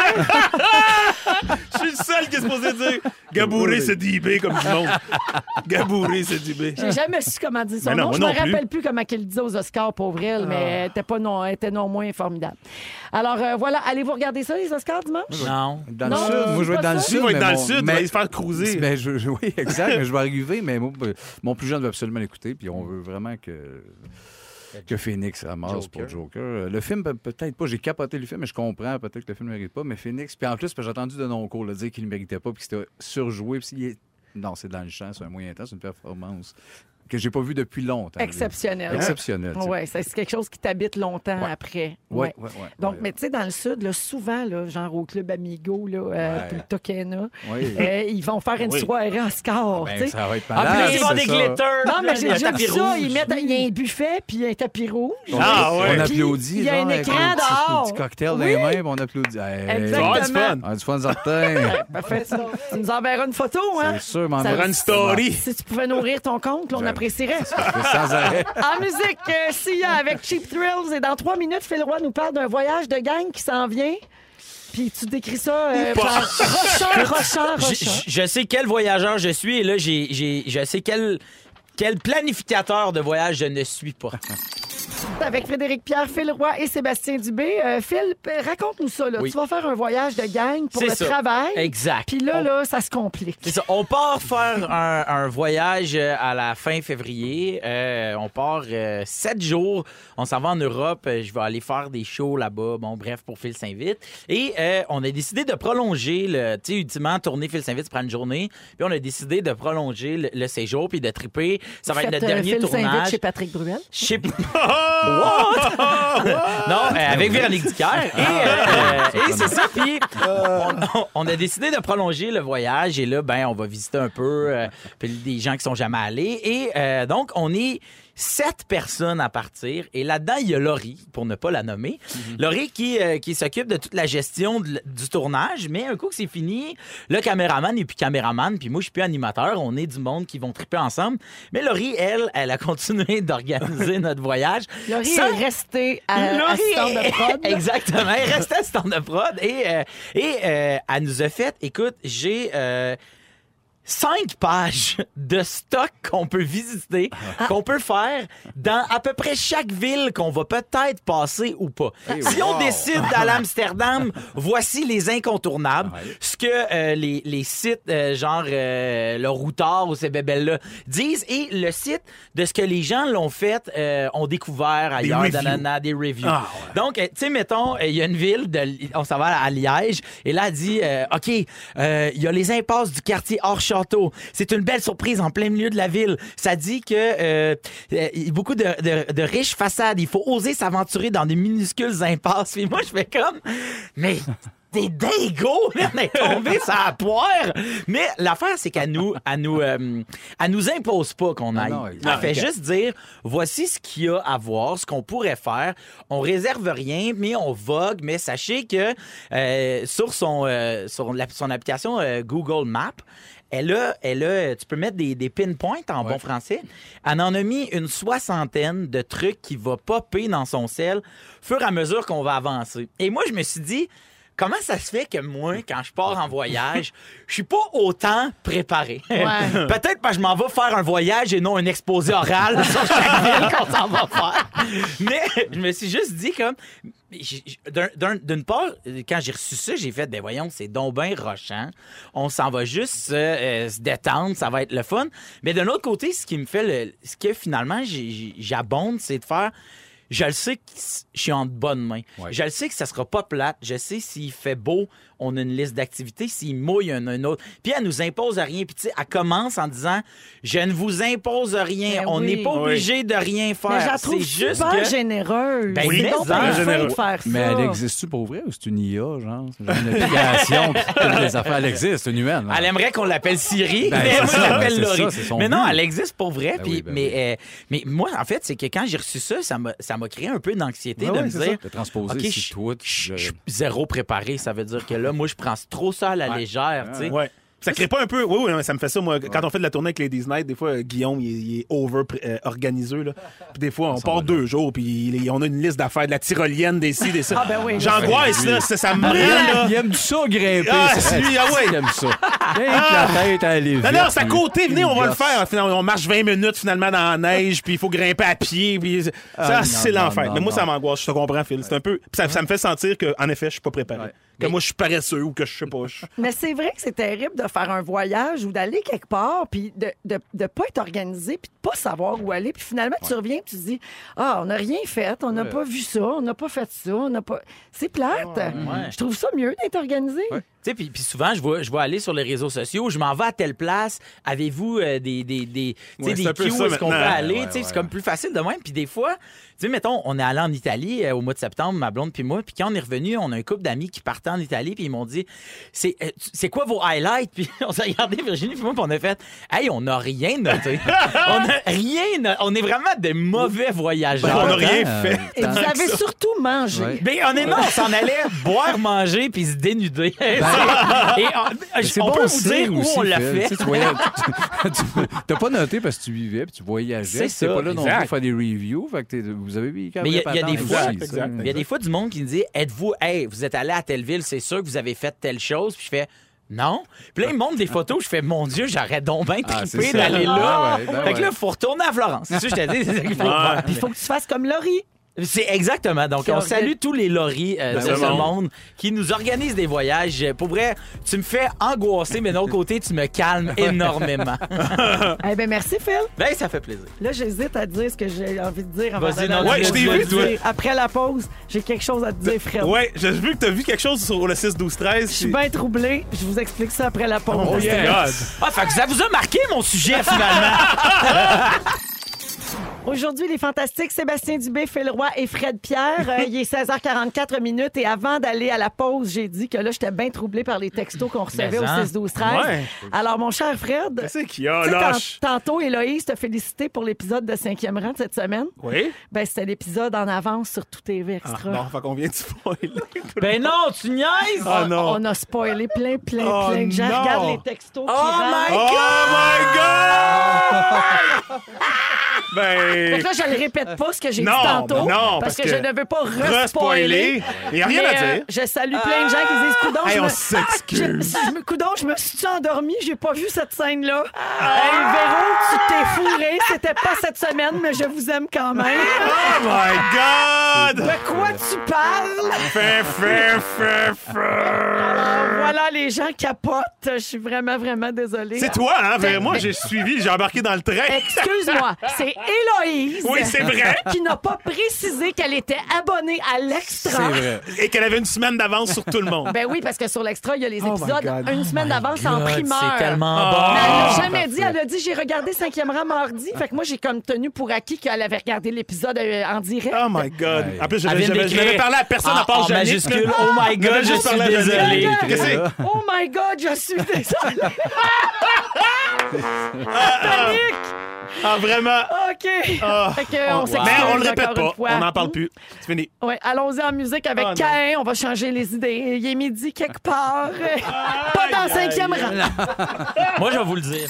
Je suis le seul qui est supposé dire Gabouré, c'est DB comme du monde. Gabouré, c'est DB. J'ai jamais su comment dire son Mais non, nom. moi Je me non plus. rappelle plus comment qu'elle le disait aux Oscars, pauvre elle, mais elle était non moins formidable. Alors voilà, allez-vous regarder ça, les Oscars dimanche? Non. Dans Non, le sud, moi je vais être dans le pas ça. sud. Il va être mais dans le mon- sud, il va se faire cruiser. Ben, oui, exact, mais je vais arriver, mais moi, mon plus jeune veut absolument l'écouter, puis on veut vraiment que Phoenix ramasse pour Joker. Le film, peut-être pas, j'ai capoté le film, mais je comprends peut-être que le film ne mérite pas, mais Phoenix, puis en plus, parce que j'ai entendu de non-cours le dire qu'il ne méritait pas, puis que c'était surjoué, puis Non, c'est dans le champ, c'est un moyen temps, c'est une performance que j'ai pas vue depuis longtemps. Exceptionnel. Exceptionnel. Oui, c'est quelque chose qui t'habite longtemps après. Oui, Ouais. oui, oui. Donc, mais tu sais, dans le Sud, là, souvent, là, genre au Club Amigo, là, puis le Tokena, Oui. ils vont faire une soirée Oscar. Ben, tu sais. ça va être En malade. plus, ils vendent c'est des ça. glitters. Non, mais j'ai un déjà tapis vu ça. rouge. Il y a un buffet puis un tapis rouge. Ah, ouais. On Puis, applaudit. il y a genre, un avec écran un dehors. petit cocktail dans Oui. les mains, puis on applaudit. Hey, Exactement. avoir du fun. Ah, du fun certain. Parfait. Tu nous enverras une photo, hein? C'est sûr, mais Ça- Faire une story. Si tu pouvais nourrir ton compte, là, on apprécierait. sans arrêt. En musique, Sia avec Cheap Thrills. Et dans 3 minutes, Phil Roy nous parle d'un voyage de gang qui s'en vient. Puis tu décris ça rochant. Je sais quel voyageur je suis et là, je sais quel planificateur de voyage je ne suis pas. Avec Frédéric Pierre, Phil Roy et Sébastien Dubé. Phil, raconte-nous ça. Là. Oui. Tu vas faire un voyage de gang pour C'est le ça. travail. Exact. Puis là, ça se complique. C'est ça. On part faire un voyage à la fin février. On part 7 jours. On s'en va en Europe. Je vais aller faire des shows là-bas. Bon, bref, pour Phil s'invite. Et on a décidé de prolonger le... Tu sais, ultimement, tourner Phil s'invite, ça prend une journée. Puis on a décidé de prolonger le séjour puis de triper. Ça va être notre dernier Phil s'invite tournage. chez Patrick Bruel. Je sais pas. What? Non, avec Véronique Dicker. Et c'est ça. Puis on a décidé de prolonger le voyage. Et là, ben, on va visiter un peu puis des gens qui sont jamais allés. Et donc, on est 7 personnes à partir. Et là-dedans, il y a Laurie, pour ne pas la nommer. Laurie qui s'occupe de toute la gestion du tournage. Mais un coup que c'est fini, le caméraman n'est plus caméraman. Puis moi, je suis plus animateur. On est du monde qui vont triper ensemble. Mais Laurie, elle a continué d'organiser notre voyage. Laurie Ça- est restée assistante de prod. Exactement. Elle est restée assistante de prod. Et elle nous a fait, écoute, j'ai... 5 pages de stock qu'on peut visiter, qu'on peut faire dans à peu près chaque ville qu'on va peut-être passer ou pas. Si on décide d'aller à Amsterdam, voici les incontournables. Ce que les sites genre le Routard ou ces bébelles-là disent et le site de ce que les gens l'ont fait, ont découvert ailleurs, reviews. des reviews. Ah, Donc, tu sais, mettons, il y a une ville, on s'en va à Liège, et là, elle dit, OK, il y a les impasses du quartier Hors-Château. C'est une belle surprise en plein milieu de la ville. Ça dit que beaucoup de riches façades. Il faut oser s'aventurer dans des minuscules impasses. Puis moi, je fais comme, mais... T'es dingo, on est tombé sur la poire. Mais l'affaire, c'est qu'elle nous impose pas qu'on aille. non, Elle fait juste dire, voici ce qu'il y a à voir, ce qu'on pourrait faire. On réserve rien, mais on vogue. Mais sachez que sur son application Google Maps, tu peux mettre des pinpoints en bon français. Elle en a mis une 60aine de trucs qui vont popper dans son cell fur et à mesure qu'on va avancer. Et moi, je me suis dit, comment ça se fait que moi, quand je pars en voyage, je suis pas autant préparé? Ouais. Peut-être parce que je m'en vais faire un voyage et non un exposé oral sur chaque ville qu'on s'en va faire. Mais je me suis juste dit comme... D'une part, quand j'ai reçu ça, j'ai fait, ben voyons, c'est donc ben rochant. On s'en va juste se détendre, ça va être le fun. Mais d'un autre côté, ce qui me fait ce que finalement j'abonde, c'est de faire... Je le sais que je suis en bonne main. Ouais. Je le sais que ça sera pas plate. Je sais s'il fait beau, on a une liste d'activités. S'il mouille, il y en a une autre. Puis elle nous impose rien. Puis tu sais, elle commence en disant, je ne vous impose rien. Ben On oui. n'est pas obligé de rien faire. Mais je la C'est trouve juste super que... généreuse. Ben, C'est mais donc ça, bien fin généreux. de faire ça. Mais elle existe-tu pour vrai ou c'est une IA, genre? C'est genre une application, puis toutes les affaires, elle existe, c'est une humaine. là. Elle aimerait qu'on l'appelle Siri, Ben, mais c'est moi, ça, je l'appelle ben, c'est Laurie. ça, c'est son Mais non, but. elle existe pour vrai. Ben Puis, oui, ben mais moi, en fait, c'est que quand j'ai reçu ça, ça m'a créé un peu d'anxiété de me dire... De transposer OK, si toi, je suis zéro préparé. Ça veut dire que là, moi, je prends trop ça à la légère, tu sais. Ouais. Ça crée pas un peu. Oui, ça me fait ça, moi. Quand on fait de la tournée avec Ladies Night, des fois, Guillaume, il est over-organisé. Puis des fois, on part 2 jours, puis on a une liste d'affaires, de la tyrolienne, des ci, des ça. Ah, ben oui. J'angoisse, là. Ça me rend, là. Il aime ça grimper. Ah, c'est lui, ah ouais. Il aime ça. Rien que la tête à aller vite. Non, c'est à côté. Venez, on va le gosse. faire. Finalement, on marche 20 minutes, finalement, dans la neige, puis il faut grimper à pied. Puis ça, non, c'est non, l'enfer. non, Mais moi, non. ça m'angoisse. Je te comprends, Phil. C'est un peu... Puis ça me fait sentir qu'en effet, je suis pas préparé. Ouais. Que moi, je suis paresseux ou que je sais pas. Mais c'est vrai que c'est terrible de faire un voyage ou d'aller quelque part puis de pas être organisé puis de pas savoir où aller. Puis finalement, tu reviens et tu te dis, on n'a rien fait, on n'a pas vu ça, on n'a pas fait ça, on n'a pas... C'est plate. Je trouve ça mieux d'être organisé. Tu sais, puis souvent, je vais aller sur les réseaux sociaux. Je m'en vais à telle place. Avez-vous des c'est un peu cues ça où est-ce qu'on peut maintenant. aller? C'est comme plus facile de même. Puis des fois, tu sais, mettons, on est allé en Italie au mois de septembre, ma blonde puis moi. Puis quand on est revenu, on a un couple d'amis qui partaient en Italie. Puis ils m'ont dit, c'est quoi vos highlights? Puis on s'est regardé, Virginie puis moi, puis on a fait, hey, on n'a rien noté. On a rien. On est vraiment des mauvais voyageurs. On n'a rien fait. Et vous avez surtout mangé. Ouais. Mais honnêtement, on s'en allait boire, manger puis se dénuder. Et on peut vous dire où on l'a fait. Tu n'as pas noté parce que tu vivais puis tu voyageais. C'est ça, T'es pas là non plus exact. pour faire des reviews. Fait que vous avez vu Mais il y a des fois, Exact. il y a des fois du monde qui me dit, vous êtes allé à telle ville, c'est sûr que vous avez fait telle chose. Puis je fais, non. Puis là, ils me montrent des photos. Je fais, mon Dieu, j'aurais donc bien Ah, trippé c'est ça. d'aller là. Ah ouais, ben Fait que là, ouais. il faut retourner à Florence. C'est ça que je t'ai dit. C'est ça qu'il faut faire. Puis il faut que tu fasses comme Laurie. C'est exactement. Donc, on salue tous les Laurie de ce ce monde qui nous organisent des voyages. Pour vrai, tu me fais angoisser, mais d'un autre côté, tu me calmes énormément. Eh bien, merci, Phil. Ben, ça fait plaisir. Là, j'hésite à dire ce que j'ai envie de dire avant Vas-y, d'aller non, à la ouais, je t'ai pause. vu, toi. Après la pause, j'ai quelque chose à te dire, Fred. Ouais, j'ai vu que t'as vu quelque chose sur le 6-12-13. Je suis bien troublée. Je vous explique ça après la pause. Oh, yeah. God. Ah, fait que ça vous a marqué, mon sujet, finalement. Aujourd'hui, les fantastiques Sébastien Dubé, Phil Roy et Fred Pierre. Il est 16h44 minutes et avant d'aller à la pause, j'ai dit que là, j'étais bien troublée par les textos qu'on recevait Mais au hein? 6-12-13. Ouais. Alors, mon cher Fred, Qu'est-ce qu'il y a, tu sais, lâche? tantôt, Héloïse t'a félicité pour l'épisode de 5e rang de cette semaine. Oui? Ben, c'était l'épisode en avance sur Tout TV Ah, Extra. bon, fait qu'on vient de spoiler. Ben non, tu niaises! Ah non. On a spoilé plein Oh, de gens. non. Regarde les textos qui Oh rentrent. Oh my God! Fait Ben. que là, je le répète pas ce que j'ai dit Non, tantôt. non, parce que parce je que ne veux pas Respoiler. re-spoiler. Il n'y a rien Mais, à dire. je salue plein de gens qui disent Coudon, Hey, je on me... s'excuse. Coudon, je me suis endormi, j'ai pas vu cette scène-là. Hey, Véro, tu t'es fourré, c'était pas cette semaine, mais je vous aime quand même. Oh my God! De quoi tu parles? Alors, voilà, les gens capotent. Je suis vraiment, vraiment désolée. C'est toi, hein? Ben, Moi, ben- j'ai suivi, j'ai embarqué dans le train. Excuse-moi, c'est Héloïse. Oui, c'est vrai. Qui n'a pas précisé qu'elle était abonnée à l'Extra. C'est vrai. Et qu'elle avait une semaine d'avance sur tout le monde. Ben oui, parce que sur l'Extra, il y a les Oh my épisodes God. une semaine d'avance en primeur. C'est tellement Ah. bon. Mais elle l'a Ah, jamais dit. Elle a dit j'ai regardé 5e rang mardi. Fait que moi, j'ai comme tenu pour acquis qu'elle avait regardé l'épisode en direct. Oh my God. En plus, Elle vient je d'écrire n'avais parlé à personne à part en Jannick. majuscule. là. Oh my God, J'avais je juste suis parlé à Jannick. désolé. Qu'est-ce que c'est? Oh my God, je suis désolée. Panique! Ah, vraiment? OK. Ah. Fait que, on s'excuse Mais on le répète encore une pas. fois. On n'en parle plus. C'est fini. Ouais, allons-y en musique avec Oh, non. Caïn. On va changer les idées. Il est midi quelque part. Pas dans 5e rang. Moi, je vais vous le dire.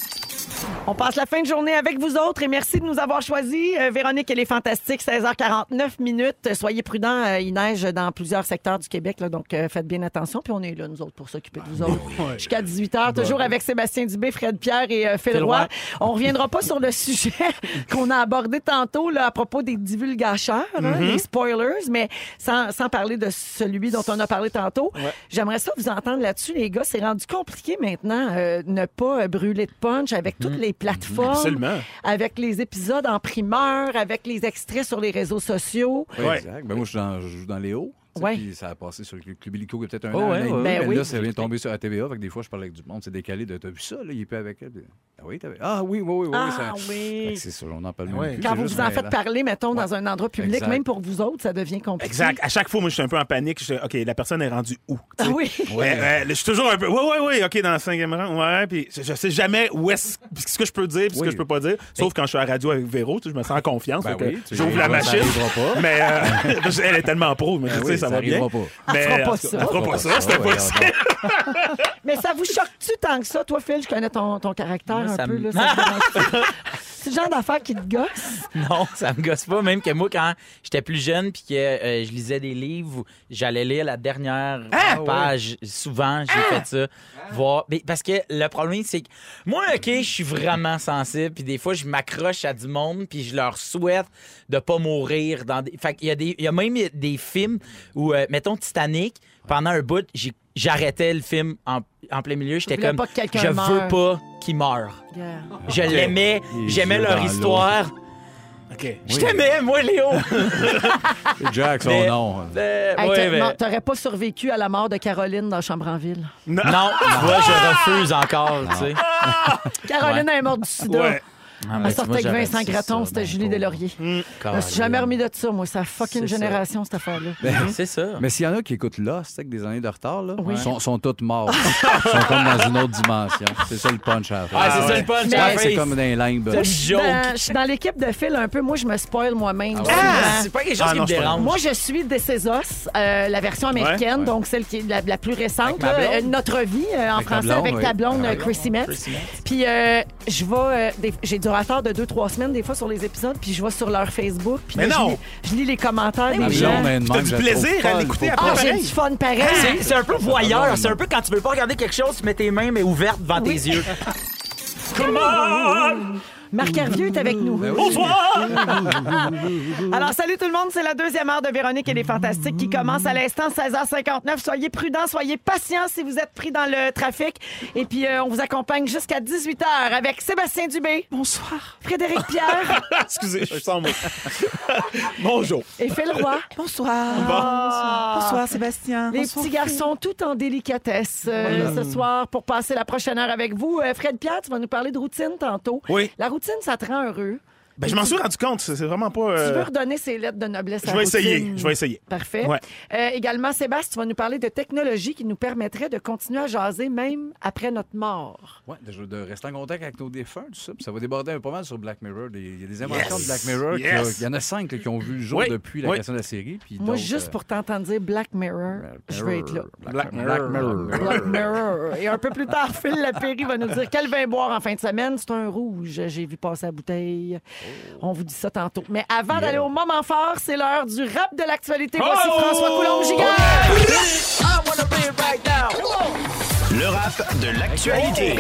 On passe la fin de journée avec vous autres et merci de nous avoir choisis. Véronique, elle est fantastique, 16h49 minutes. Soyez prudents, il neige dans plusieurs secteurs du Québec, là, donc faites bien attention. Puis on est là, nous autres, pour s'occuper de vous autres. Jusqu'à 18h, toujours avec Sébastien Dubé, Fred Pierre et Phil Roy. On reviendra pas sur le sujet qu'on a abordé tantôt là, à propos des divulgateurs, là, les spoilers, mais sans parler de celui dont on a parlé tantôt. J'aimerais ça vous entendre là-dessus, les gars. C'est rendu compliqué maintenant ne pas brûler de punch avec toutes les plateformes, Absolument. avec les épisodes en primeur, avec les extraits sur les réseaux sociaux. Oui, Ouais. exact. Ben, moi, je joue dans Léo. Tu sais, Ouais. Puis ça a passé sur le Club Illico il y a peut-être un Oh, an, ouais, un an et ouais. demi. Ben Mais oui. là, ça vient de tomber sur la TVA. Fait que des fois, je parle avec du monde. C'est décalé de. T'as vu ça? Là, il est pas avec elle. Ah oui, Ah oui, oui, oui. Ah ça... oui. Fait que c'est ça, on en parle même Ouais. plus. Quand c'est vous juste vous en faites mêlant. parler, mettons, dans un endroit public, Exact. même pour vous autres, ça devient compliqué. Exact. À chaque fois, moi, je suis un peu en panique. Je dis, OK, la personne est rendue où? Ah oui. Je suis toujours un peu. Oui, OK, dans le 5e rang. Ouais, puis je sais jamais où est-ce ce que je peux dire puis ce que Oui. je peux pas dire. Sauf quand je suis à la radio avec Véro, tu sais, je me sens en confiance. Ben fait que oui, tu j'ouvre la arriveras, ça machine. arrivera pas. Mais elle est tellement pro, mais Ben tu sais, oui, ça ça va bien. arrivera pas. Mais Elle fera pas en tout cas, ça. elle fera pas ça, c'était Ouais, possible. Mais ça vous choque-tu tant que ça? Toi, Phil, je connais ton caractère Moi, un ça peu. me- Là, ça te dérange-tu? C'est le genre d'affaire qui te gosse. Non, ça me gosse pas. Même que moi, quand j'étais plus jeune puis que je lisais des livres, j'allais lire la dernière page. Souvent, j'ai fait ça. Voir. Mais parce que le problème, c'est que moi, OK, je suis vraiment sensible. Puis des fois, je m'accroche à du monde puis je leur souhaite de pas mourir. Fait qu'il y a il y a même des films où, mettons, Titanic, pendant un bout, j'arrêtais le film en plein milieu. J'étais voulais comme, pas que quelqu'un je veux meure. pas qu'il meure. Yeah. Je l'aimais, Les j'aimais yeux leur dans histoire. OK. Je t'aimais, moi, Léo. C'est Jack, son Mais- nom. Hey, ouais, mais- non, t'aurais pas survécu à la mort de Caroline dans Chambre en ville. Non, tu vois, je refuse encore, tu sais. Caroline elle est morte du sida. Ouais. Ah, mais Elle sortait moi, avec j'aurais Vincent dit Gratton, ça, c'était ben, Julie pauvre. Deslauriers. Je me Caroline. suis jamais remis de ça, moi. Ça fucking C'est ça. génération, cette affaire-là. C'est ça. Mais s'il y en a qui écoutent Lost avec des années de retard, là, Oui. sont tous morts. Ils sont comme dans une autre dimension. C'est ça le punch à la fin. Ah, c'est ça le punch. Mais- à la C'est face. comme dans les lignes. Je suis je suis dans l'équipe de Phil un peu. Moi, je me spoil moi-même. Ah, souvent. c'est pas quelque chose Ah, qui non, me je suis pas dérange. Moi, je suis This Is Us, la version américaine, Ouais. donc celle qui est la plus récente. Avec ma là, blonde. Notre vie, en Avec ta français, blonde, avec oui. ta blonde, Chrissy Metz. Chrissy Metz. Puis je vais... j'ai du retard de 2-3 semaines, des fois, sur les épisodes, puis je vais sur leur Facebook. Puis Mais là, non! je lis les commentaires Ma des gens. blonde est de T'as même, du je la trouve plaisir à folle, l'écouter faut après, Ah, pas- j'ai pareil. du fun pareil. C'est un peu voyeur. C'est un peu quand tu veux pas regarder quelque chose, tu mets tes mains mais ouvertes devant tes yeux. Marc Hervieux est avec nous. Bonsoir! Alors, salut tout le monde, c'est la deuxième heure de Véronique et les Fantastiques qui commence à l'instant, 16h59. Soyez prudents, soyez patients si vous êtes pris dans le trafic. Et puis, on vous accompagne jusqu'à 18h avec Sébastien Dubé. Bonsoir. Frédéric Pierre Excusez, je sens moi. Bonjour. et Phil Roy. Bonsoir. Bonsoir, Sébastien. Les petits garçons tout en délicatesse ce soir pour passer la prochaine heure avec vous. Fred Pierre, tu vas nous parler de routine tantôt. Oui. La routine, ça te rend heureux. Ben, je m'en suis rendu compte. C'est vraiment pas. Tu veux redonner ces lettres de noblesse à Je vais routine? essayer. Je vais essayer. Parfait. Ouais. Également, Sébastien, tu vas nous parler de technologie qui nous permettrait de continuer à jaser même après notre mort. Ouais, de rester en contact avec nos défunts, tout ça. Puis ça va déborder un peu mal sur Black Mirror. Il y a des inventions de Black Mirror. Yes. Il y en a 5 qui ont vu le jour Oui. depuis la Oui. création de la série. Puis Moi, d'autres, juste pour t'entendre dire Black Mirror, je vais être là. Black Mirror. Black Mirror. Black Mirror. Et un peu plus tard, Phil Lapéry va nous dire quel vin boire en fin de semaine. C'est un rouge. J'ai vu passer la bouteille. On vous dit ça tantôt. Mais avant d'aller au moment fort, c'est l'heure du rap de l'actualité. Voici François Coulombe-Giguère. Le rap de l'actualité.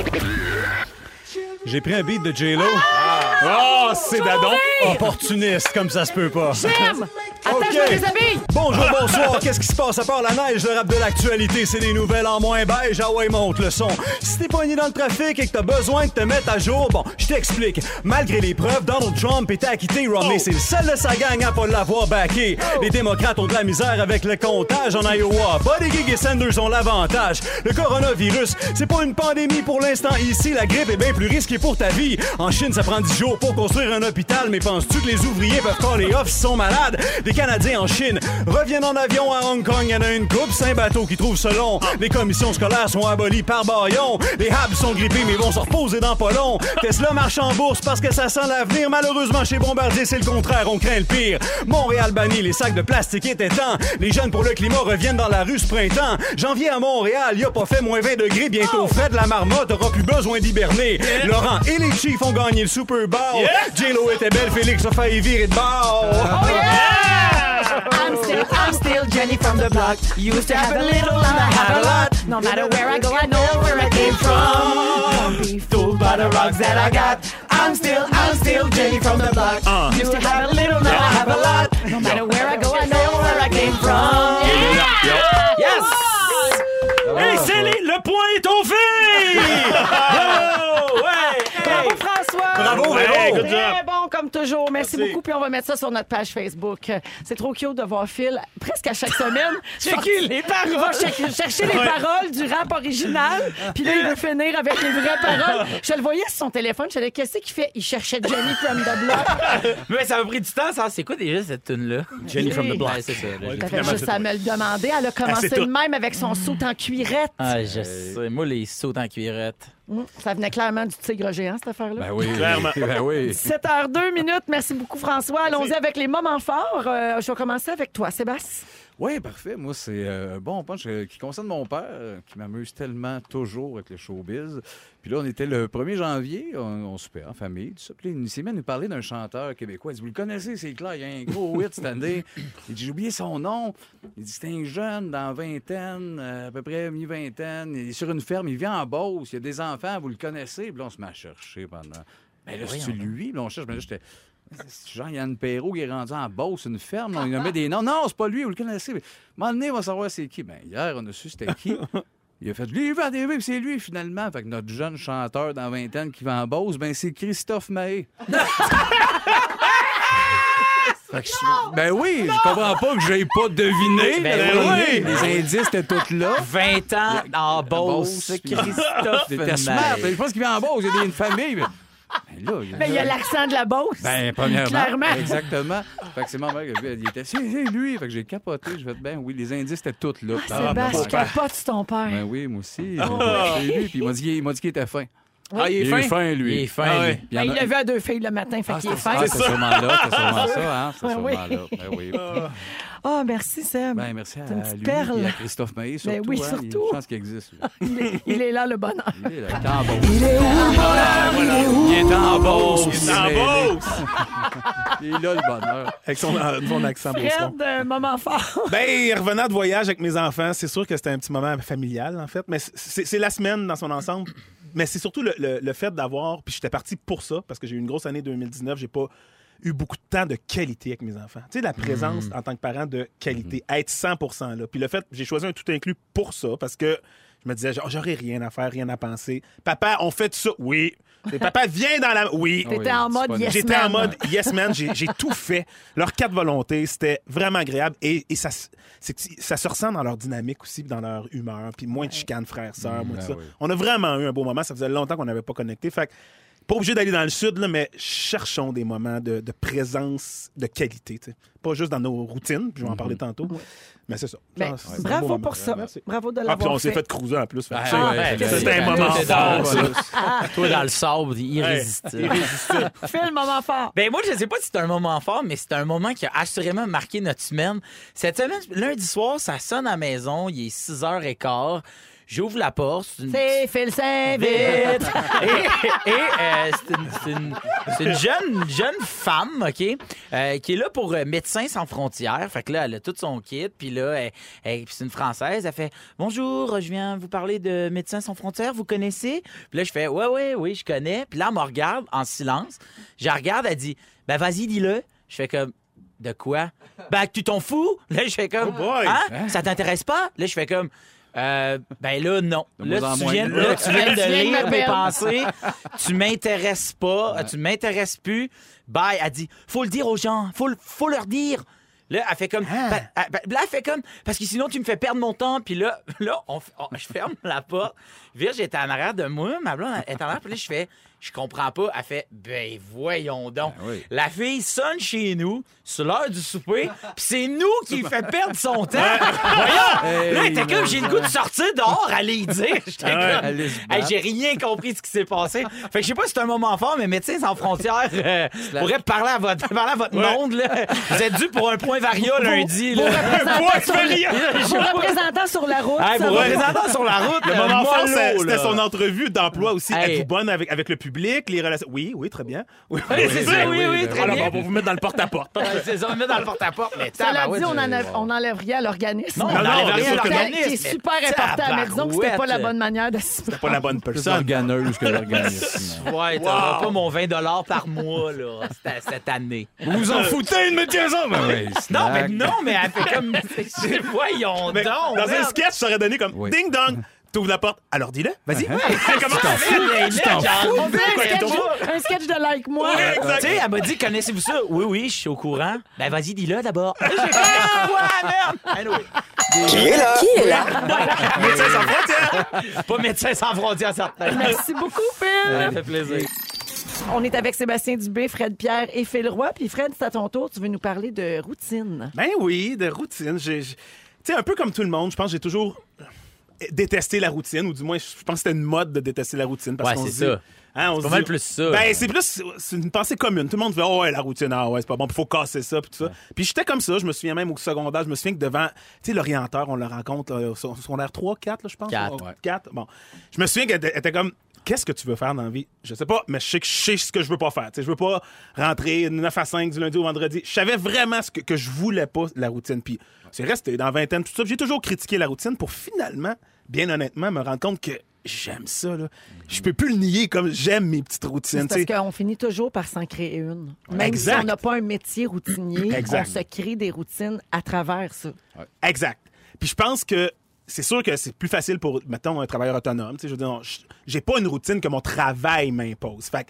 J'ai pris un beat de J-Lo. Oh, c'est dadon. Opportuniste, comme ça se peut pas. J'aime! Attends, OK. je me déshabille! Bonjour, bonsoir. Qu'est-ce qui se passe à part la neige? Le rap de l'actualité, c'est des nouvelles en moins beige. Ah ouais, monte le son. Si t'es poigné dans le trafic et que t'as besoin de te mettre à jour, bon, je t'explique. Malgré les preuves, Donald Trump était acquitté. Romney, c'est le seul de sa gang à pas l'avoir backé. Les démocrates ont de la misère avec le comptage en Iowa. Buttigieg et Sanders ont l'avantage. Le coronavirus, c'est pas une pandémie pour l'instant ici. La grippe est bien plus risquée pour ta vie. En Chine, ça prend 10 jours pour construire un hôpital. Mais penses-tu que les ouvriers peuvent faire les off s'ils sont malades? Des Canadiens en Chine reviennent en avion à Hong Kong. Y en a une coupe, c'est un bateau qui trouve ça long. Les commissions scolaires sont abolies par baillon. Les Habs sont grippés mais vont se reposer dans pas long. Tesla marche en bourse parce que ça sent l'avenir. Malheureusement, chez Bombardier, c'est le contraire. On craint le pire. Montréal banni, les sacs de plastique étaient temps. Les jeunes pour le climat reviennent dans la rue ce printemps. Janvier à Montréal, y a pas fait moins 20 degrés. Bientôt Fred la marmotte aura plus besoin d'hiberner. Laurent et les Chiefs ont gagné le Super Bowl. J-Lo était belle, Félix a failli virer de bord. Oh yeah! I'm still Jenny from the block. Used to have a little and I have a lot. No matter where I go, I know where I came from. Don't be fooled by the rocks that I got. I'm still Jenny from the block. Used to have a little, now I have a lot. No matter where I go, I know where I came from. Yeah! Yes! Hey, Céline, le point est au fil! Oh, ouais! Bravo François! Bravo, Ouais, Véro! good job. Très bon comme toujours. Merci beaucoup. Puis on va mettre ça sur notre page Facebook. C'est trop cute de voir Phil presque à chaque semaine. Checker les paroles. Il va chercher les paroles du rap original. Puis là, il veut finir avec les vraies paroles. Je le voyais sur son téléphone. Je me disais, qu'est-ce qu'il fait? Il cherchait Jenny from the block. Mais ça m'a pris du temps, ça. C'est quoi déjà cette tune-là? Jenny from the block. Ouais, c'est ça. là, j'ai- T'avais juste à me le demander. Elle a commencé c'est tout. de même avec son saut en cuirette. Ah, je sais. Moi, les sauts en cuirette. Ça venait clairement du tigre géant, cette affaire-là. Ben oui. Clairement. Ben oui. 7h02. Merci beaucoup, François. Allons-y avec les moments forts. Je vais commencer avec toi, Sébastien. Oui, parfait. Moi, c'est un bon punch qui concerne mon père, qui m'amuse tellement toujours avec le showbiz. Puis là, on était le 1er janvier, on soupait en famille, tout ça. Puis là, il s'est mis à nous parler d'un chanteur québécois. Il dit, vous le connaissez, c'est clair, il y a un gros hit cette année. Il dit, j'ai oublié son nom. Il dit, c'est un jeune dans vingtaine, à peu près mi-vingtaine. Il est sur une ferme, il vit en Beauce, il y a des enfants, vous le connaissez. Puis là, on se met à chercher pendant... Ben là, c'est lui. Puis là, on cherche, mais là, j'étais... C'est Jean-Yann Perrault qui est rendu en Beauce, une ferme. On lui a mis des noms. Non, c'est pas lui, vous le connaissez. Mais, à un moment donné, on va savoir c'est qui. Ben, hier, on a su c'était qui. Il a fait, je l'ai vu à TV, puis c'est lui, finalement. Fait que notre jeune chanteur dans vingtaine qui va en Beauce, ben, c'est Christophe Mahé. Fait que ben oui, je comprends pas que j'aille pas deviné. Ben oui. Les indices étaient tous là. 20 ans en Beauce, Christophe. C'était smart. Je pense qu'il vient en Beauce. Il y a une famille. Mais là, Mais il y a l'accent de la Beauce. Ben, premièrement. Clairement. Exactement. Fait que c'est ma mère qui il était c'est lui. Fait que j'ai capoté. Je vais ben oui, les indices étaient tous là. Sébastien, capote sur ton père. Ben oui, moi aussi. C'est lui. Puis il m'a dit qu'il était fin. Ah, il est fin, lui. Il est fin, lui. Ben, il l'a vu à 2 filles le matin, fait qu'il est fin. C'est sûrement là, c'est sûrement ça, hein? C'est sûrement oui. là. Ben oui. Ah, merci, Seb. Ben, merci à C'est une petite lui perle. et à Christophe Maé, surtout. Ben oui, hein. surtout. Je pense qu'il existe. Lui. Il est là, le bonheur. Il est là. Il est en Beauce. Il est où, le bonheur? Il est en Beauce. Il est en Beauce. Il est là, le bonheur. Avec son accent beauceron. Fred, moment fort. Ben, revenant de voyage avec mes enfants, c'est sûr que c'était un petit moment familial, en fait. Mais c'est la semaine dans son ensemble. Mais c'est surtout le fait d'avoir... Puis j'étais parti pour ça, parce que j'ai eu une grosse année 2019. J'ai pas eu beaucoup de temps de qualité avec mes enfants. Tu sais, la présence en tant que parent de qualité, être 100% là. Puis le fait, j'ai choisi un tout inclus pour ça, parce que je me disais, j'aurais rien à faire, rien à penser. Papa, on fait ça? Oui. Et papa, viens dans la... Oui. T'étais en mode yes man. J'étais en mode yes man. J'ai tout fait. Leurs 4 volontés, c'était vraiment agréable. Et ça se ressent dans leur dynamique aussi, dans leur humeur. Puis moins de chicanes, frères, sœurs, moi, tout ça. oui. On a vraiment eu un beau moment. Ça faisait longtemps qu'on n'avait pas connecté. Fait que, pas obligé d'aller dans le sud, là, mais cherchons des moments de présence de qualité. T'sais. Pas juste dans nos routines, puis je vais en parler tantôt. Mais c'est ça. Ben, C'est un beau bravo moment. pour ça. Merci. Bravo de Ah, puis l'avoir on s'est fait. fait cruiser en plus. C'était un moment fort. Toi, dans le sable, irrésistible. Fais le moment fort. Ben moi, je sais pas si c'est un moment fort, mais c'est un moment qui a assurément marqué notre semaine. Cette semaine, lundi soir, ça sonne à la maison, il est 6h15. J'ouvre la porte. C'est Phil Saint-Vite. C'est une jeune femme, OK, qui est là pour Médecins sans frontières. Fait que là, elle a tout son kit. Puis là, puis c'est une Française. Elle fait « Bonjour, je viens vous parler de Médecins sans frontières. Vous connaissez? » Puis là, je fais « Oui, je connais. » Puis là, elle me regarde en silence. Je la regarde, elle dit « Ben, vas-y, dis-le. » Je fais comme « De quoi? » Ben, tu t'en fous? Là, je fais comme boy. « Hein? Ça t'intéresse pas? » Là, je fais comme ben là, non. Là, tu viens de lire mes pensées. Tu m'intéresses pas. Tu m'intéresses plus. Bye. Elle dit, faut le dire aux gens. Faut leur dire. Là, elle fait comme... là, elle fait comme... Parce que sinon, tu me fais perdre mon temps. Puis là je ferme la porte. Virge est en arrière de moi. Ma blonde est en arrière. Puis là, je fais... Je comprends pas. Elle fait, ben voyons donc. Ben oui. La fille sonne chez nous, sur l'heure du souper, puis c'est nous qui lui fait perdre son temps. Voyons! Là, elle était comme, j'ai le goût de sortir dehors, aller y dire. J'étais comme, hey, j'ai rien compris de ce qui s'est passé. Fait que je sais pas si c'est un moment fort, mais Médecins sans frontières pourrait parler à votre monde. Là. Vous êtes dû pour un point varia lundi. Là. Vos représentants sur la route. Hey, vos représentants sur la route. Le moment fort, mollo, c'était là. son entrevue d'emploi aussi. Hey. Êtes-vous bonne avec le public, les relations? Oui, très bien. Oui, c'est ça, oui, très Alors, bien. on va vous mettre dans le porte-à-porte. C'est ça, on met dans le porte-à-porte. Mais Cela dit, tabarouette, on n'enlève rien à l'organisme. Non, on n'enlève rien à C'est ça l'organisme. qui est super important. Mais disons que c'était pas la bonne manière de se Pas la bonne Plus personne. organeuse que l'organisme. Ouais, t'auras pas mon 20 $ par mois, là, cette année. Vous vous en foutez de métier ça? Non, mais elle fait comme... Voyons Mais donc! dans un sketch, ça aurait donné comme Oui. ding dong. T'ouvres la porte. Alors dis-le. Vas-y. Comment ça fait? On dirait un sketch de Like Moi. Tu sais, elle m'a dit, connaissez-vous ça? Oui, je suis au courant. Ben, vas-y, dis-le d'abord. J'ai fait, ouais, merde! Anyway. Qui est là? Médecins sans frontières. Pas Médecins sans frontières, certainement. Merci beaucoup, Phil. Ça fait plaisir. On est avec Sébastien Dubé, Fred Pierre et Phil Roy. Puis Fred, c'est à ton tour. Tu veux nous parler de routine. Ben oui, de routine. Tu sais, un peu comme tout le monde, je pense que j'ai toujours détesté la routine, ou du moins, je pense que c'était une mode de détester la routine. Parce Ouais, qu'on c'est se dit, ça. hein, on C'est se pas dit- mal plus ça. Ben, c'est une pensée commune. Tout le monde fait, oh, ouais, la routine, ah, ouais, c'est pas bon, puis faut casser ça, puis tout ça. Puis j'étais comme ça, je me souviens même au secondaire, je me souviens que devant, tu sais, l'orienteur, on le rencontre, là, au secondaire 3, 4, là, je pense. 4. 4. Bon. Je me souviens qu'elle était comme, qu'est-ce que tu veux faire dans la vie? Je sais pas, mais je sais ce que je veux pas faire. Tu sais, je veux pas rentrer 9 à 5 du lundi au vendredi. Je savais vraiment ce que je voulais pas, la routine. Puis c'est resté dans la vingtaine, tout ça. Puis j'ai toujours critiqué la routine pour finalement, bien honnêtement, me rendre compte que j'aime ça, là. Je peux plus le nier comme j'aime mes petites routines. C'est tu parce sais. qu'on finit toujours par s'en créer une. Même Exact. si on n'a pas un métier routinier, Exact. on se crée des routines à travers ça. Exact. Puis je pense que c'est sûr que c'est plus facile pour, mettons, un travailleur autonome. Tu sais, je veux dire, j'ai pas une routine que mon travail m'impose. Fait que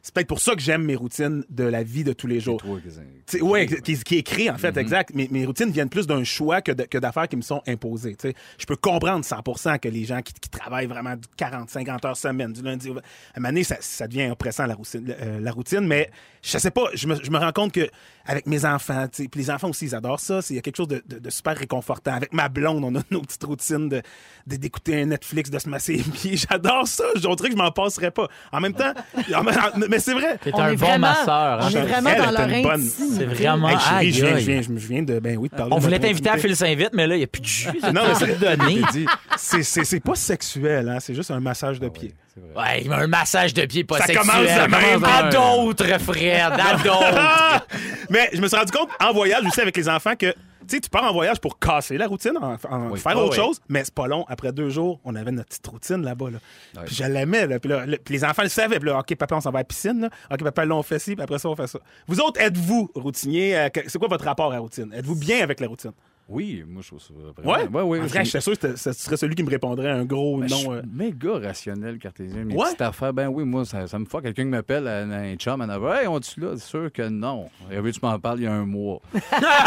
c'est peut-être pour ça que j'aime mes routines de la vie de tous les jours. Oui, qui est créé, en fait, exact. Mes routines viennent plus d'un choix que d'affaires qui me sont imposées. T'sais. Je peux comprendre 100% que les gens qui travaillent vraiment 40-50 heures semaine, du lundi au... À un moment donné, ça devient oppressant, la routine, mais je sais pas, je me rends compte que avec mes enfants, puis les enfants aussi, ils adorent ça. Il y a quelque chose de super réconfortant. Avec ma blonde, on a nos petites routines d'écouter un Netflix, de se masser les pieds. J'adore ça. On dirait que je m'en passerais pas. En même temps, mais c'est vrai. T'es un bon masseur. On est vraiment dans leur intimité. C'est vraiment... Hey, je viens de parler. On voulait t'inviter à Phil Saint-Vite, mais là, il n'y a plus de jus. Non, c'est pas sexuel, hein? C'est juste un massage de pied. Ouais, mais un massage de pied pas ça sexuel. Commence de même. À d'autres, Fred, à d'autres. Mais je me suis rendu compte, en voyage aussi avec les enfants, que tu pars en voyage pour casser la routine, faire autre chose, mais c'est pas long. Après 2 jours, on avait notre petite routine là-bas. Là. Puis je l'aimais. Là. Puis les enfants le savaient. Puis là, OK, papa, on s'en va à la piscine. Là. OK, papa, là, on fait ci. Puis après ça, on fait ça. Vous autres, êtes-vous routinier? C'est quoi votre rapport à la routine? Êtes-vous bien avec la routine? Oui, moi, je trouve ça vraiment... Ouais? Oui. En vrai, je suis sûr que ce serait celui qui me répondrait un gros non. Je suis méga rationnel, cartésien. Mes petites affaires, ben oui, moi, ça me fait quelqu'un qui m'appelle, un chum, en avant. Hey, on-tu là? C'est sûr que non. Et tu m'en parles il y a un mois. Oui!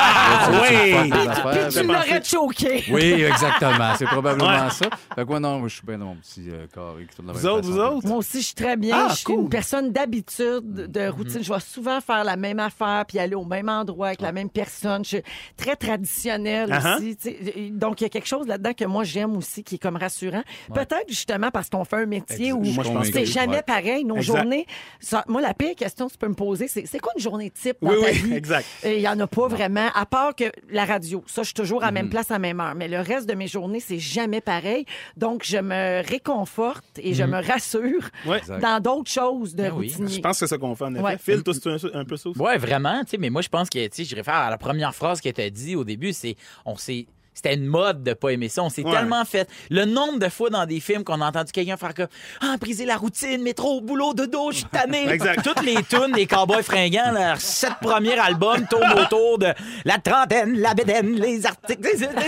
Puis tu l'aurais choqué. Oui, exactement. C'est probablement ça. Fait que moi, non, je suis bien dans mon petit carré. Vous autres? Moi aussi, je suis très bien. Je suis une personne d'habitude, de routine. Je vais souvent faire la même affaire puis aller au même endroit avec la même personne. Je suis très traditionnelle aussi. Donc, il y a quelque chose là-dedans que moi, j'aime aussi, qui est comme rassurant. Peut-être justement parce qu'on fait un métier où c'est jamais pareil. Nos journées... moi, la pire question que tu peux me poser, c'est quoi une journée type dans ta vie? Exact. Il n'y en a pas vraiment, à part que la radio. Ça, je suis toujours à la même place à la même heure. Mais le reste de mes journées, c'est jamais pareil. Donc, je me réconforte et je me rassure dans d'autres choses de routinier. Je pense que c'est ça qu'on fait, en effet. Phil, toi, c'est un peu ça aussi? Oui, vraiment. Mais moi, je pense que je réfère à la première phrase que tu as dit au début, c'est c'était une mode de pas aimer ça. On s'est tellement fait. Le nombre de fois dans des films qu'on a entendu quelqu'un faire comme briser la routine, métro, boulot, dodo, je suis tanné. Exact. Toutes les tunes des Cowboys fringants, leurs 7 premiers albums tournent autour de la trentaine, la bédaine, les articles.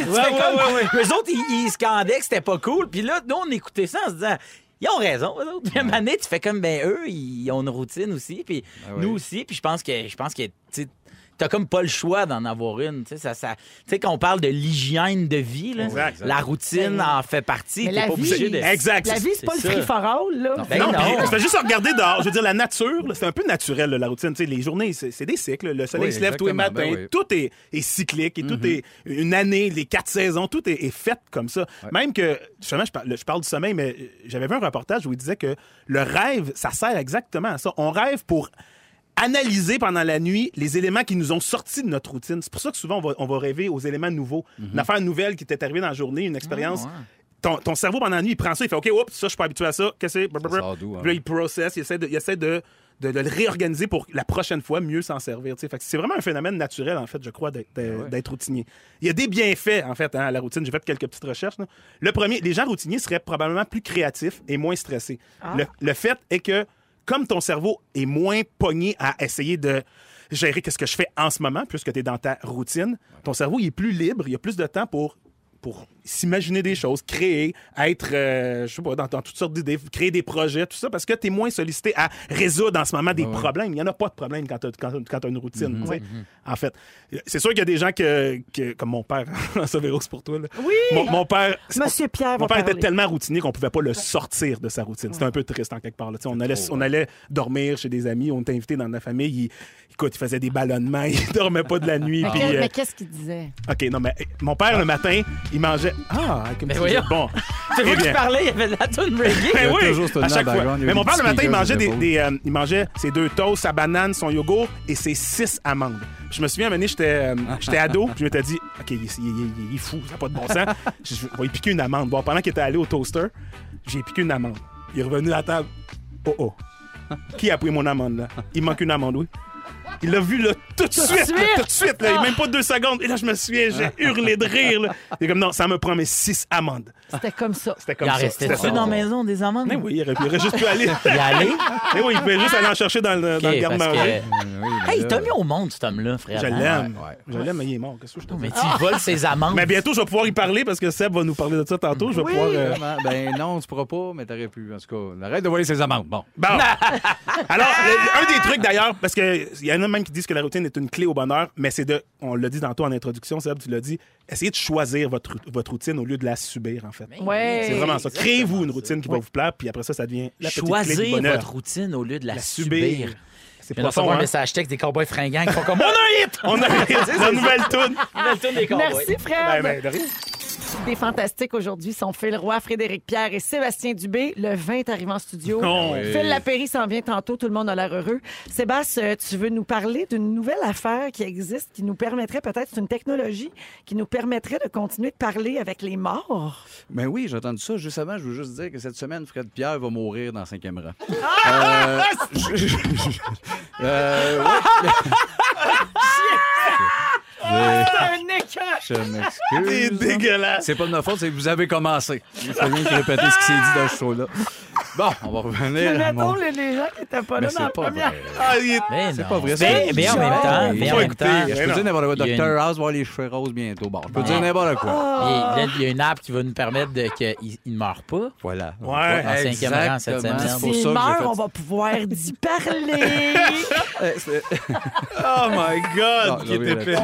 Eux autres, ils scandaient que c'était pas cool. Puis là, nous, on écoutait ça en se disant... Ils ont raison, eux autres. Puis à un moment donné, tu fais comme, eux, ils ont une routine aussi, puis nous aussi. Puis je pense que t'as comme pas le choix d'en avoir une. Tu sais, quand on parle de l'hygiène de vie, là, la routine en fait partie. T'es pas obligé de... Exact. La vie, c'est pas le free-for-all, là. Non, tu fais juste regarder dehors. Je veux dire, la nature, c'est un peu naturel, là, la routine. Tu sais, les journées, c'est des cycles. Le soleil se lève tous les matins. Tout est cyclique et tout est une année, les 4 saisons, tout est fait comme ça. Même que, justement, je parle du sommeil, mais j'avais vu un reportage où il disait que le rêve, ça sert exactement à ça. On rêve pour analyser pendant la nuit les éléments qui nous ont sortis de notre routine. C'est pour ça que souvent, on va rêver aux éléments nouveaux. Une affaire nouvelle qui t'est arrivée dans la journée, une expérience. Ton cerveau, pendant la nuit, il prend ça, il fait « OK, oups, ça, je suis pas habitué à ça. Qu'est-ce que c'est? » Puis là, il processe, il essaie de le réorganiser pour la prochaine fois mieux s'en servir. Fait que c'est vraiment un phénomène naturel, en fait, je crois, d'être routinier. Il y a des bienfaits, en fait, à la routine. J'ai fait quelques petites recherches. Là. Le premier, les gens routiniers seraient probablement plus créatifs et moins stressés. Le fait est que comme ton cerveau est moins pogné à essayer de gérer qu'est-ce que je fais en ce moment, puisque tu es dans ta routine, ton cerveau il est plus libre, il y a plus de temps pour s'imaginer des choses, créer, être, je sais pas, dans toutes sortes d'idées, créer des projets, tout ça, parce que tu es moins sollicité à résoudre en ce moment des problèmes. Il n'y en a pas de problème quand tu as une routine. En fait, c'est sûr qu'il y a des gens comme mon père, ça Véro, c'est pour toi. Là. Oui! Mon père, Monsieur Pierre, mon père était tellement routinier qu'on pouvait pas le sortir de sa routine. C'était un peu triste en quelque part. Là. On allait dormir chez des amis, on était invités dans la famille. Il faisait des ballonnements, il dormait pas de la nuit. Mais qu'est-ce qu'il disait? OK, non, mais mon père, le matin, il mangeait... mais voyons. Bon. C'est vous qui parlez, il y avait de la toune reggae. Ben oui, à chaque fois. Mais mon père, le matin, il mangeait ses 2 toasts, sa banane, son yogourt et ses 6 amandes. Je me souviens, à un moment donné, j'étais ado, puis je m'étais dit, OK, il est fou, ça n'a pas de bon sens. Je vais lui piquer une amande. Bon, pendant qu'il était allé au toaster, j'ai piqué une amande. Il est revenu à la table. Oh. Qui a pris mon amande, là? Il manque une amande, oui. Il l'a vu là, tout de suite. Là, il n'y a même pas 2 secondes. Et là, je me souviens, j'ai hurlé de rire. Là. Il est comme, non, ça me prend mes 6 amandes. C'était comme ça. C'était comme Il en ça. restait-tu C'était ça. dans la maison des amandes? Mais oui, il aurait juste pu aller. Y aller? Mais oui, il pouvait juste aller en chercher dans le Ok, parce garde-manger. que... Hey, il t'a mis au monde, cet homme-là, frère. Je Hein? l'aime. Je l'aime, mais il est mort. Qu'est-ce que je te dis? Mais tu voles ses amandes. Mais bientôt, je vais pouvoir y parler parce que Seb va nous parler de ça tantôt. Je vais pouvoir. Ben non, tu pourras pas, mais t'aurais pu. En tout cas, arrête de voler ses amandes. Bon. Bon. Alors, un des trucs d'ailleurs, parce qu'il y en a même qui disent que la routine est une clé au bonheur, mais c'est de, on l'a dit tantôt en introduction, Seb, tu l'as dit, essayez de choisir votre routine au lieu de la subir, en fait. Ouais. C'est vraiment ça. Créez-vous une routine qui va vous plaire, puis après ça, ça devient la petite clé du Choisir bonheur. votre routine au lieu de la subir. subir. C'est Je viens de recevoir profond, un hein? message texte des cowboys fringants qui font comme « On a un hit! » On a la nouvelle toune. Nouvelle toune des cowboys. Merci, Fred. Ben, de rien. Des fantastiques aujourd'hui sont Phil Roy, Frédéric Pierre et Sébastien Dubé. Le 20 arrive en studio. Oh. Phil Lapéry s'en vient tantôt. Tout le monde a l'air heureux. Sébastien, tu veux nous parler d'une nouvelle affaire qui existe, qui nous permettrait peut-être, c'est une technologie qui nous permettrait de continuer de parler avec les morts? Ben oui, j'ai entendu ça. Juste avant, je veux juste dire que cette semaine, Fred Pierre va mourir dans 5e rang. Un écart! Je m'excuse. C'est dégueulasse. C'est pas de ma faute, c'est que vous avez commencé. Il faut bien répéter ce qui s'est dit dans ce show-là. Bon, on va revenir. Mais à mettons mon- les gens qui n'étaient pas Mais là dans la c'est pas première. vrai. Ah, il est... Mais C'est non. pas vrai, Mais c'est mais en même temps, mais en même temps, Je peux non. dire n'importe quoi. Il y a une- Dr House va avoir les cheveux roses bientôt. Bon, je peux dire n'importe quoi. il y a une app qui va nous permettre qu'il ne meurt pas. Voilà. Ouais. En 5e rang cette Exactement. semaine. C'est pour S'il ça que meurt, j'ai on va pouvoir d'y parler. Oh my God, Non, qui est j'ai oublié épais.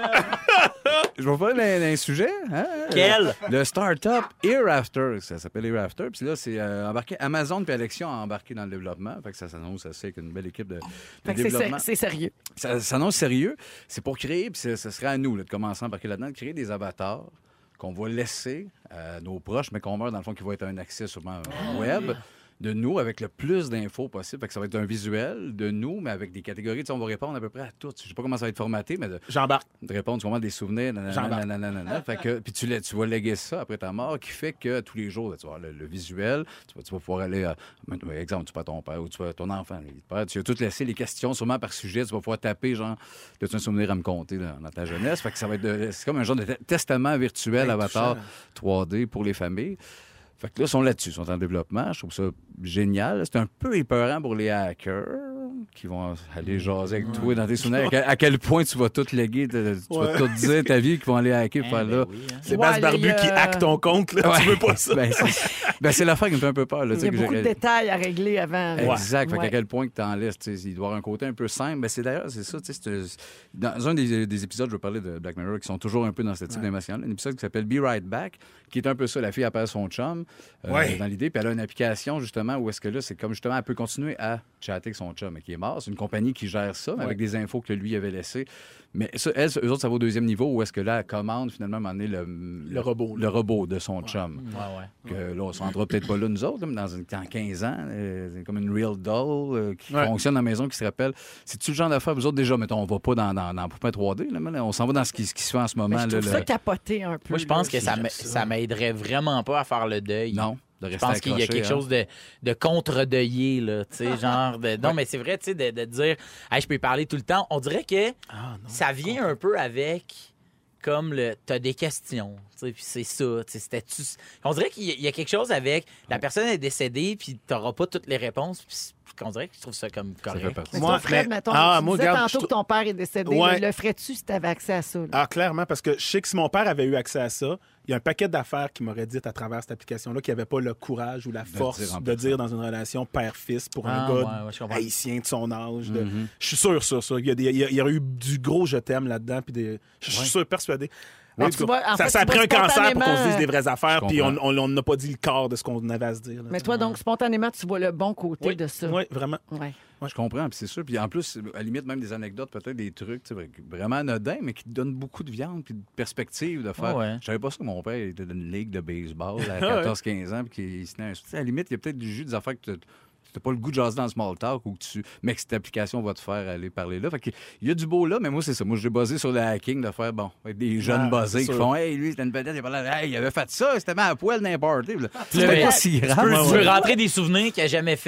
Je vais vous parler d'un sujet. Hein? Quel? Le start-up Hereafter. Ça s'appelle Hereafter. Puis là, c'est embarqué. Amazon et Alexion ont embarqué dans le développement. Fait que ça s'annonce assez avec une belle équipe de Fait que développement. c'est sérieux. Ça s'annonce sérieux. C'est pour créer, puis ce serait à nous là, de commencer à embarquer là-dedans, de créer des avatars qu'on va laisser à nos proches, mais qu'on meurt, dans le fond, qui va être un accès sûrement web de nous avec le plus d'infos possible. Fait que ça va être un visuel de nous, mais avec des catégories. Tu sais, on va répondre à peu près à tout. Je sais pas comment ça va être formaté, mais J'embarque. de répondre sûrement des souvenirs. Nanana. Fait que, puis tu vas léguer ça après ta mort, qui fait que tous les jours, tu vas avoir le visuel, tu vas pouvoir aller, exemple, tu peux ton père ou tu peux ton enfant. Tu vas tout laisser les questions, sûrement par sujet. Tu vas pouvoir taper, genre, as-tu un souvenir à me compter là, dans ta jeunesse? Fait que ça va être c'est comme un genre de testament virtuel, avatar 3D pour les familles. Fait que là, ils sont là-dessus, ils sont en développement. Je trouve ça génial. C'est un peu épeurant pour les hackers qui vont aller jaser avec toi dans tes souvenirs. À quel point tu vas tout léguer, tu vas tout dire ta vie, qu'ils vont aller hacker, faire là. C'est Basse Barbu qui hack ton compte, là. Ouais. Tu veux pas ça. C'est l'affaire qui me fait un peu peur. Là, Il y a beaucoup de détails à régler avant. là. Exact. Fait Ouais. qu'à quel point que tu en laisses, il doit y avoir un côté un peu simple. Mais c'est d'ailleurs, c'est ça. Dans un des épisodes, je veux parler de Black Mirror, qui sont toujours un peu dans ce type d'émotion. Un épisode qui s'appelle Be Right Back, qui est un peu ça. La fille appelle son chum dans l'idée, puis elle a une application, justement, où est-ce que là, c'est comme justement, elle peut continuer à chatter avec son chum, mais qui est mort. C'est une compagnie qui gère ça, mais avec des infos que lui avait laissées. Mais ça, eux autres, ça va au deuxième niveau, où est-ce que là, elle commande finalement à un moment donné le robot de son chum. Que là, on ne se rendra peut-être pas là, nous autres, là, mais dans 15 ans, c'est comme une real doll qui fonctionne dans la maison, qui se rappelle. C'est-tu le genre d'affaire, vous autres, déjà, mettons, on va pas dans Poupin 3D, là, mais là, on s'en va dans ce qui se fait en ce moment. Mais je trouve là, ça capoté un peu. Moi, je pense que là. ça m'aiderait vraiment pas à faire le deuil. Non. Je pense qu'il y a quelque chose de contre-deuillé, là, tu sais, genre de... Non, mais c'est vrai, tu sais, de dire « Hey, je peux y parler tout le temps », on dirait que ça vient un peu avec, comme t'as des questions, tu sais, puis c'est ça, tu sais, on dirait qu'il y a quelque chose avec, la personne est décédée, puis t'auras pas toutes les réponses, puis qu'on dirait que je trouve ça comme correct. Mais toi, Fred, mettons, tu disais tantôt que ton père est décédé. Ouais. Le ferais-tu si tu avais accès à ça? Là? Ah, clairement, parce que je sais que si mon père avait eu accès à ça, il y a un paquet d'affaires qui m'auraient dit à travers cette application-là qu'il n'y avait pas le courage ou la force de dire dans une relation père-fils pour un gars haïtien de son âge. Je suis sûr, ça. Il y aurait eu du gros je t'aime là-dedans. Je suis sûr, persuadé. Mais ça a pris un cancer pour qu'on se dise des vraies affaires, Je puis comprends. on n'a pas dit le quart de ce qu'on avait à se dire. Là, Mais toi, donc, spontanément, tu vois le bon côté de ça. Oui, vraiment. Ouais. Je comprends, puis c'est sûr. Puis en plus, à la limite, même des anecdotes, peut-être des trucs vraiment anodins, mais qui te donnent beaucoup de viande puis de perspective de faire. Je savais pas ça que mon père était dans une ligue de baseball à 14-15 ans, puis qu'il se tenait à la limite, il y a peut-être du jus des affaires que tu n'as pas le goût de jaser dans le small talk ou mais que cette application va te faire aller parler là. Fait qu'il y a du beau là, mais moi, c'est ça. Moi, j'ai basé sur le hacking de faire, avec des jeunes buzzés qui font, hey, lui, c'était une vedette, il avait fait ça, c'était mis à poil n'importe. C'est pas si grave. Tu veux rentrer des souvenirs qu'il n'a jamais fait?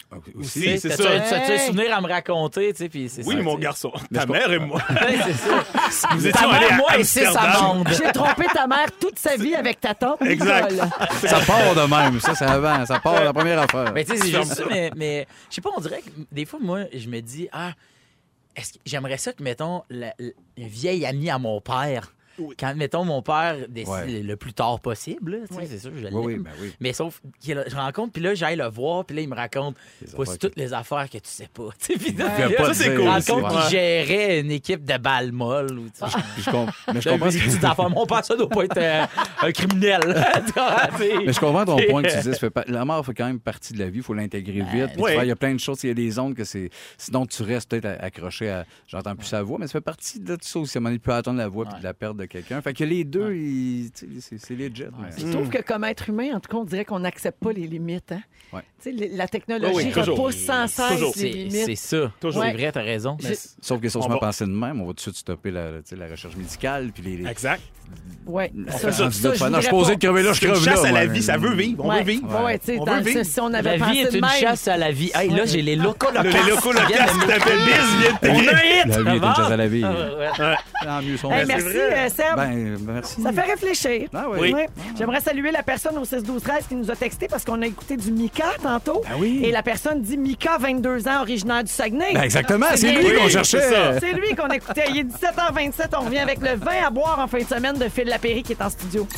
Aussi, c'est T'as-tu ça. un souvenir à me raconter, tu sais, puis c'est Oui, ça, mon tu sais. garçon. Ta mère et moi. Ouais, c'est ça. Nous Ta étions allés mère, à moi et 6 Amsterdam. amandes. J'ai trompé ta mère toute sa vie avec ta tante Exact. Nicole. Ça part de même. Ça avant. Ça part la première affaire. Mais tu sais, c'est juste ça, mais je sais pas, on dirait que des fois, moi, je me dis, est-ce que j'aimerais ça que, mettons, le vieil ami à mon père, quand, mettons, mon père décide le plus tard possible, là, tu sais, c'est sûr, je l'aime. Oui, Mais sauf que je rencontre, puis là, j'aille le voir, puis là, il me raconte voici toutes les affaires que tu sais pas. Tu sais, puis là, Ça, c'est je cool. me rends aussi. compte qu'il gérait une équipe de balles molles. Ou, tu sais. Mais je comprends Des petites affaires. Mon père, ça doit pas être un criminel. Mais je comprends ton point que tu dis. La mort fait quand même partie de la vie. Il faut l'intégrer vite. Puis tu vois, il y a plein de choses. Il y a des ondes que c'est. Sinon, tu restes peut-être accroché à. J'entends plus sa voix, mais ça fait partie de tout ça aussi. À un moment donné, tu peux attendre la voix puis de la perte de quelqu'un. Fait que les deux, c'est legit. Je trouve que comme être humain, en tout cas, on dirait qu'on n'accepte pas les limites. Hein? Ouais. Tu sais, la technologie repousse sans cesse les limites. C'est ça. Toujours. C'est vrai, t'as raison. Sauf que si on se met à penser de même, on va tout de suite stopper la recherche médicale. Puis les... Exact. Oui. Je suis posé de crever là, je creve là. C'est une chasse à la vie, ça veut vivre. On veut vivre. Oui, tu sais, si on avait La vie pensé est de une même. chasse à la vie. Hey, là, j'ai les locaux Les locaux locaux qui t'appellent Biz viennent de On a un t'écrire. hit! La vie est une chasse à la vie. Ouais. Tant mieux son Hey, merci, Seb. Merci. Ça fait réfléchir. Ah oui. Ouais. J'aimerais saluer la personne au 6-12-13 qui nous a texté parce qu'on a écouté du Mika tantôt. Ah oui. Et la personne dit Mika, 22 ans, originaire du Saguenay. Ben exactement, c'est bien lui qu'on cherchait. C'est lui qu'on écoutait. Il est 17h27. On revient avec le vin à boire en fin de semaine de Phil Lapéry qui est en studio.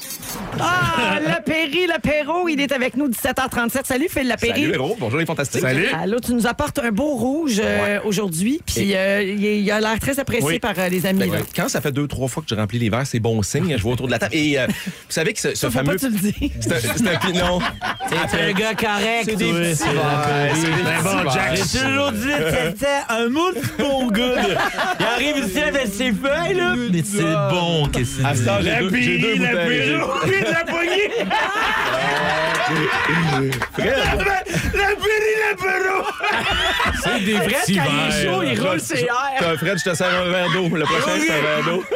Ah, Lapéry, l'apéro, il est avec nous 17h37. Salut Phil Lapéry. Salut Véro, bonjour les fantastiques. Salut. Allô, tu nous apportes un beau rouge aujourd'hui, puis il a l'air très apprécié par les amis. Ben, là. quand ça fait 2-3 fois que je remplis les verres, c'est bon signe. Je vais autour de la table. Et vous savez que ce Faut fameux. pas que tu le dis. C'est un pinot. T'es un gars correct. C'est des toi. petits verres. C'est des petits bon, verres. Jack. J'ai toujours dit que c'était un mot de bon gars. Il arrive ici avec ses feuilles, là. Mais c'est bon, qu'est-ce que À ce temps, j'ai deux bouteilles. la poignée. c'est des vrais petits quand il est verres. chaud, il roule ses airs. T'as un Fred, je te sers un verre d'eau. Le prochain, c'est un verre d'eau.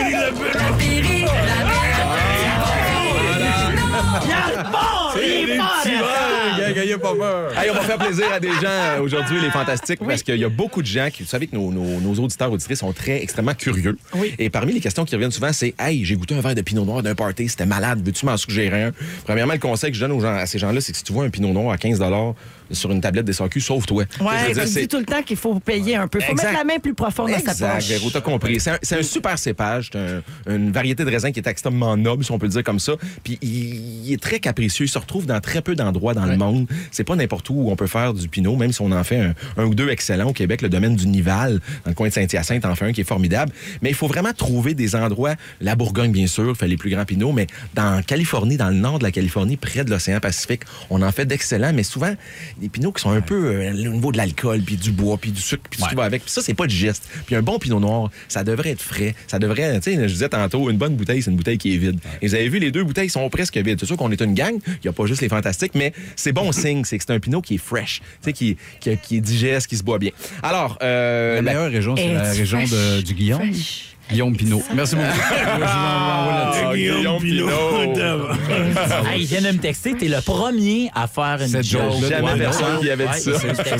Ayez pas peur. Hey, on va faire plaisir à des gens aujourd'hui, les fantastiques, parce qu'il y a beaucoup de gens qui, vous savez que nos auditeurs auditrices sont extrêmement curieux. Oui. Et parmi les questions qui reviennent souvent, c'est hey, j'ai goûté un verre de pinot noir d'un party, c'était malade, veux-tu m'en suggérer un? Premièrement, le conseil que je donne à ces gens-là, c'est que si tu vois un pinot noir à 15 sur une tablette des SAQ, sauve-toi. Ouais, Je veux dire, tu dis tout le temps qu'il faut payer un peu. Il faut Exact. mettre la main plus profonde dans sa Exact, poche. Véro, t'as compris. C'est un super cépage. C'est une variété de raisin qui est extrêmement noble, si on peut le dire comme ça. Puis il est très capricieux. Il se retrouve dans très peu d'endroits dans le monde. C'est pas n'importe où on peut faire du pinot, même si on en fait un ou deux excellents au Québec. Le domaine du Nival, dans le coin de Saint-Hyacinthe, en fait un qui est formidable. Mais il faut vraiment trouver des endroits. La Bourgogne, bien sûr, fait les plus grands pinots, mais dans Californie, dans le nord de la Californie, près de l'océan Pacifique, on en fait d'excellents, mais souvent des pinots qui sont un peu au niveau de l'alcool, puis du bois, puis du sucre, puis tout ce qui va avec. Puis ça, c'est pas digeste. Puis un bon pinot noir, ça devrait être frais. Ça devrait, tu sais, je disais tantôt, une bonne bouteille, c'est une bouteille qui est vide. Et vous avez vu, les deux bouteilles sont presque vides. C'est sûr qu'on est une gang, il n'y a pas juste les fantastiques, mais c'est bon signe, c'est que c'est un pinot qui est fresh, tu sais, qui est digeste, qui se boit bien. Alors, La meilleure région, c'est la région du Guillaume. Guillaume Pinot. Merci beaucoup. Guillaume Pinot. Hey, il vient de me texter, t'es le premier à faire une Cette joke. joke-là, jamais ouais, personne qui avait dit ça.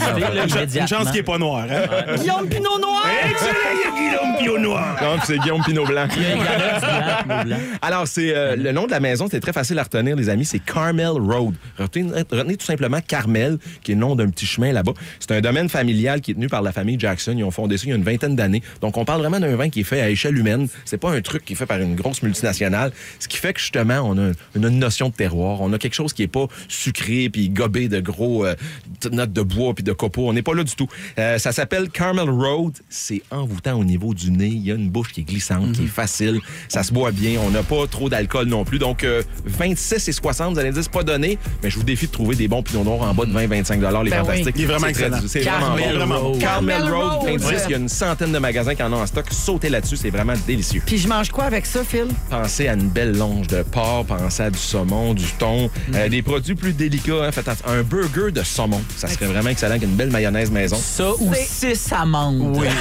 Une chance qu'il n'est pas noir, hein? Guillaume Pinot Noir! Excellent, Guillaume Pinot Noir. Non, puis c'est Guillaume Pinot Blanc. Il y a du blanc, du blanc. Alors, c'est le nom de la maison, c'était très facile à retenir, les amis. C'est Carmel Road. Retenez tout simplement Carmel, qui est le nom d'un petit chemin là-bas. C'est un domaine familial qui est tenu par la famille Jackson. Ils ont fondé ça il y a une vingtaine d'années. Donc, on parle vraiment d'un vin qui est fait à échelle humaine. C'est pas un truc qui est fait par une grosse multinationale. Ce qui fait que, justement, on a une notion de terroir. On a quelque chose qui est pas sucré puis gobé de gros notes de bois puis de copeaux. On n'est pas là du tout. Ça s'appelle Carmel Road. C'est envoûtant au niveau du nez. Il y a une bouche qui est glissante, qui est facile. Ça se boit bien. On n'a pas trop d'alcool non plus. Donc, 26 et 60, vous allez dire, c'est pas donné. Mais je vous défie de trouver des bons pinots noirs en bas de 20-25 $, les Ben fantastiques. oui. Il est vraiment C'est excellent. C'est vraiment bon. Carmel Road 26. Ouais. Il y a une centaine de magasins qui en ont en stock. Sautez là-dessus. C'est vraiment délicieux. Puis je mange quoi avec ça, Phil? Pensez à une belle longe de porc, pensez à du saumon, du thon, des produits plus délicats. Faites un burger de saumon. Ça serait vraiment excellent avec une belle mayonnaise maison. Ça ou 6 amandes. Oui.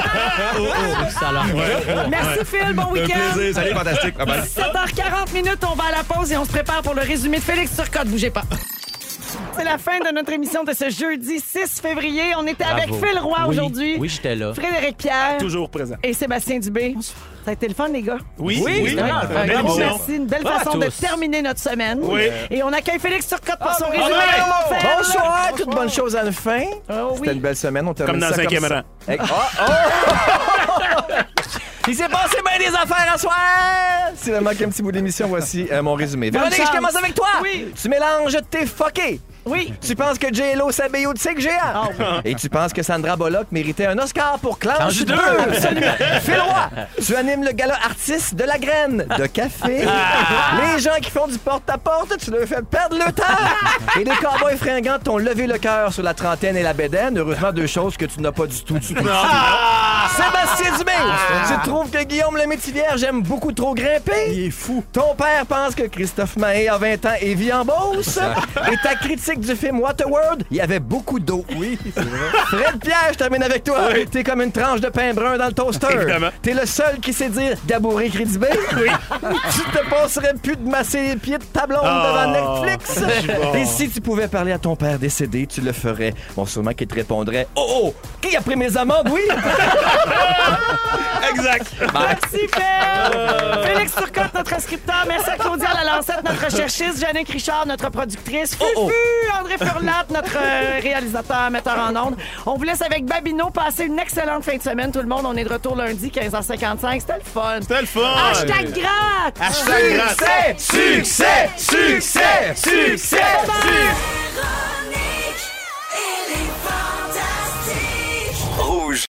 Ça a l'air. Merci, Phil. Bon Un week-end. plaisir. Salut, fantastique. Bye bye. 7h40 minutes, on va à la pause et on se prépare pour le résumé de Félix Turcotte. Bougez pas. C'est la fin de notre émission de ce jeudi 6 février. On était avec Bravo. Phil Roy Oui. aujourd'hui. Oui, j'étais là. Frédéric Pierre. Toujours présent. Et Sébastien Dubé. Ça a été le fun, les gars. Oui. Un Belle gros émission. merci. Une belle Ah, façon de tous. terminer notre semaine. Oui. Et on accueille Félix Turcotte pour son résumé. ouais. Fais- Bonsoir, toute bonne chose à la fin. Oh, oui. C'était une belle semaine, on termine Comme dans ça le 5e ça. rang. Il s'est passé bien des affaires à soir! S'il me manque un petit bout d'émission, voici mon résumé. Véronique, chance. je commence avec toi! Oui. Tu mélanges tes fuckés. Oui. Tu penses que J-Lo s'habille au tigre géant. Et tu penses que Sandra Bullock méritait un Oscar pour Clanche 2. Absolument. Phil Roy, tu animes le gala artiste de la graine de café. Les gens qui font du porte-à-porte, tu leur fais perdre le temps. Et les cowboys fringants t'ont levé le cœur sur la trentaine et la bédaine. Heureusement, deux choses que tu n'as pas du tout. Sébastien Dubé, tu trouves que Guillaume le Métivier aime beaucoup trop grimper? Il est fou. Ton père pense que Christophe Mahé a 20 ans et vit en Beauce. Et ta critique du film Waterworld, il y avait beaucoup d'eau. Oui, c'est vrai. Fred Pierre, je termine avec toi. Oui. T'es comme une tranche de pain brun dans le toaster. Évidemment. T'es le seul qui sait dire Gabouré Crédit B. Oui. Tu te passerais plus de masser les pieds de ta blonde devant Netflix. Bon. Et si tu pouvais parler à ton père décédé, tu le ferais. Bon, sûrement qu'il te répondrait Oh, qui a pris mes amendes, oui? Exact. Merci, Phil. Félix Turcotte, notre scripteur. Merci à Claudia Lalancette, notre recherchiste. Jannick Richard, notre productrice. Fufu, André Furlat, notre réalisateur, metteur en ondes. On vous laisse avec Babino. Passez une excellente fin de semaine, tout le monde. On est de retour lundi, 15h55. C'était le fun. C'était le fun. Hashtag gratte. Hashtag gratte. Succès! Succès! Succès! Succès! Bye-bye.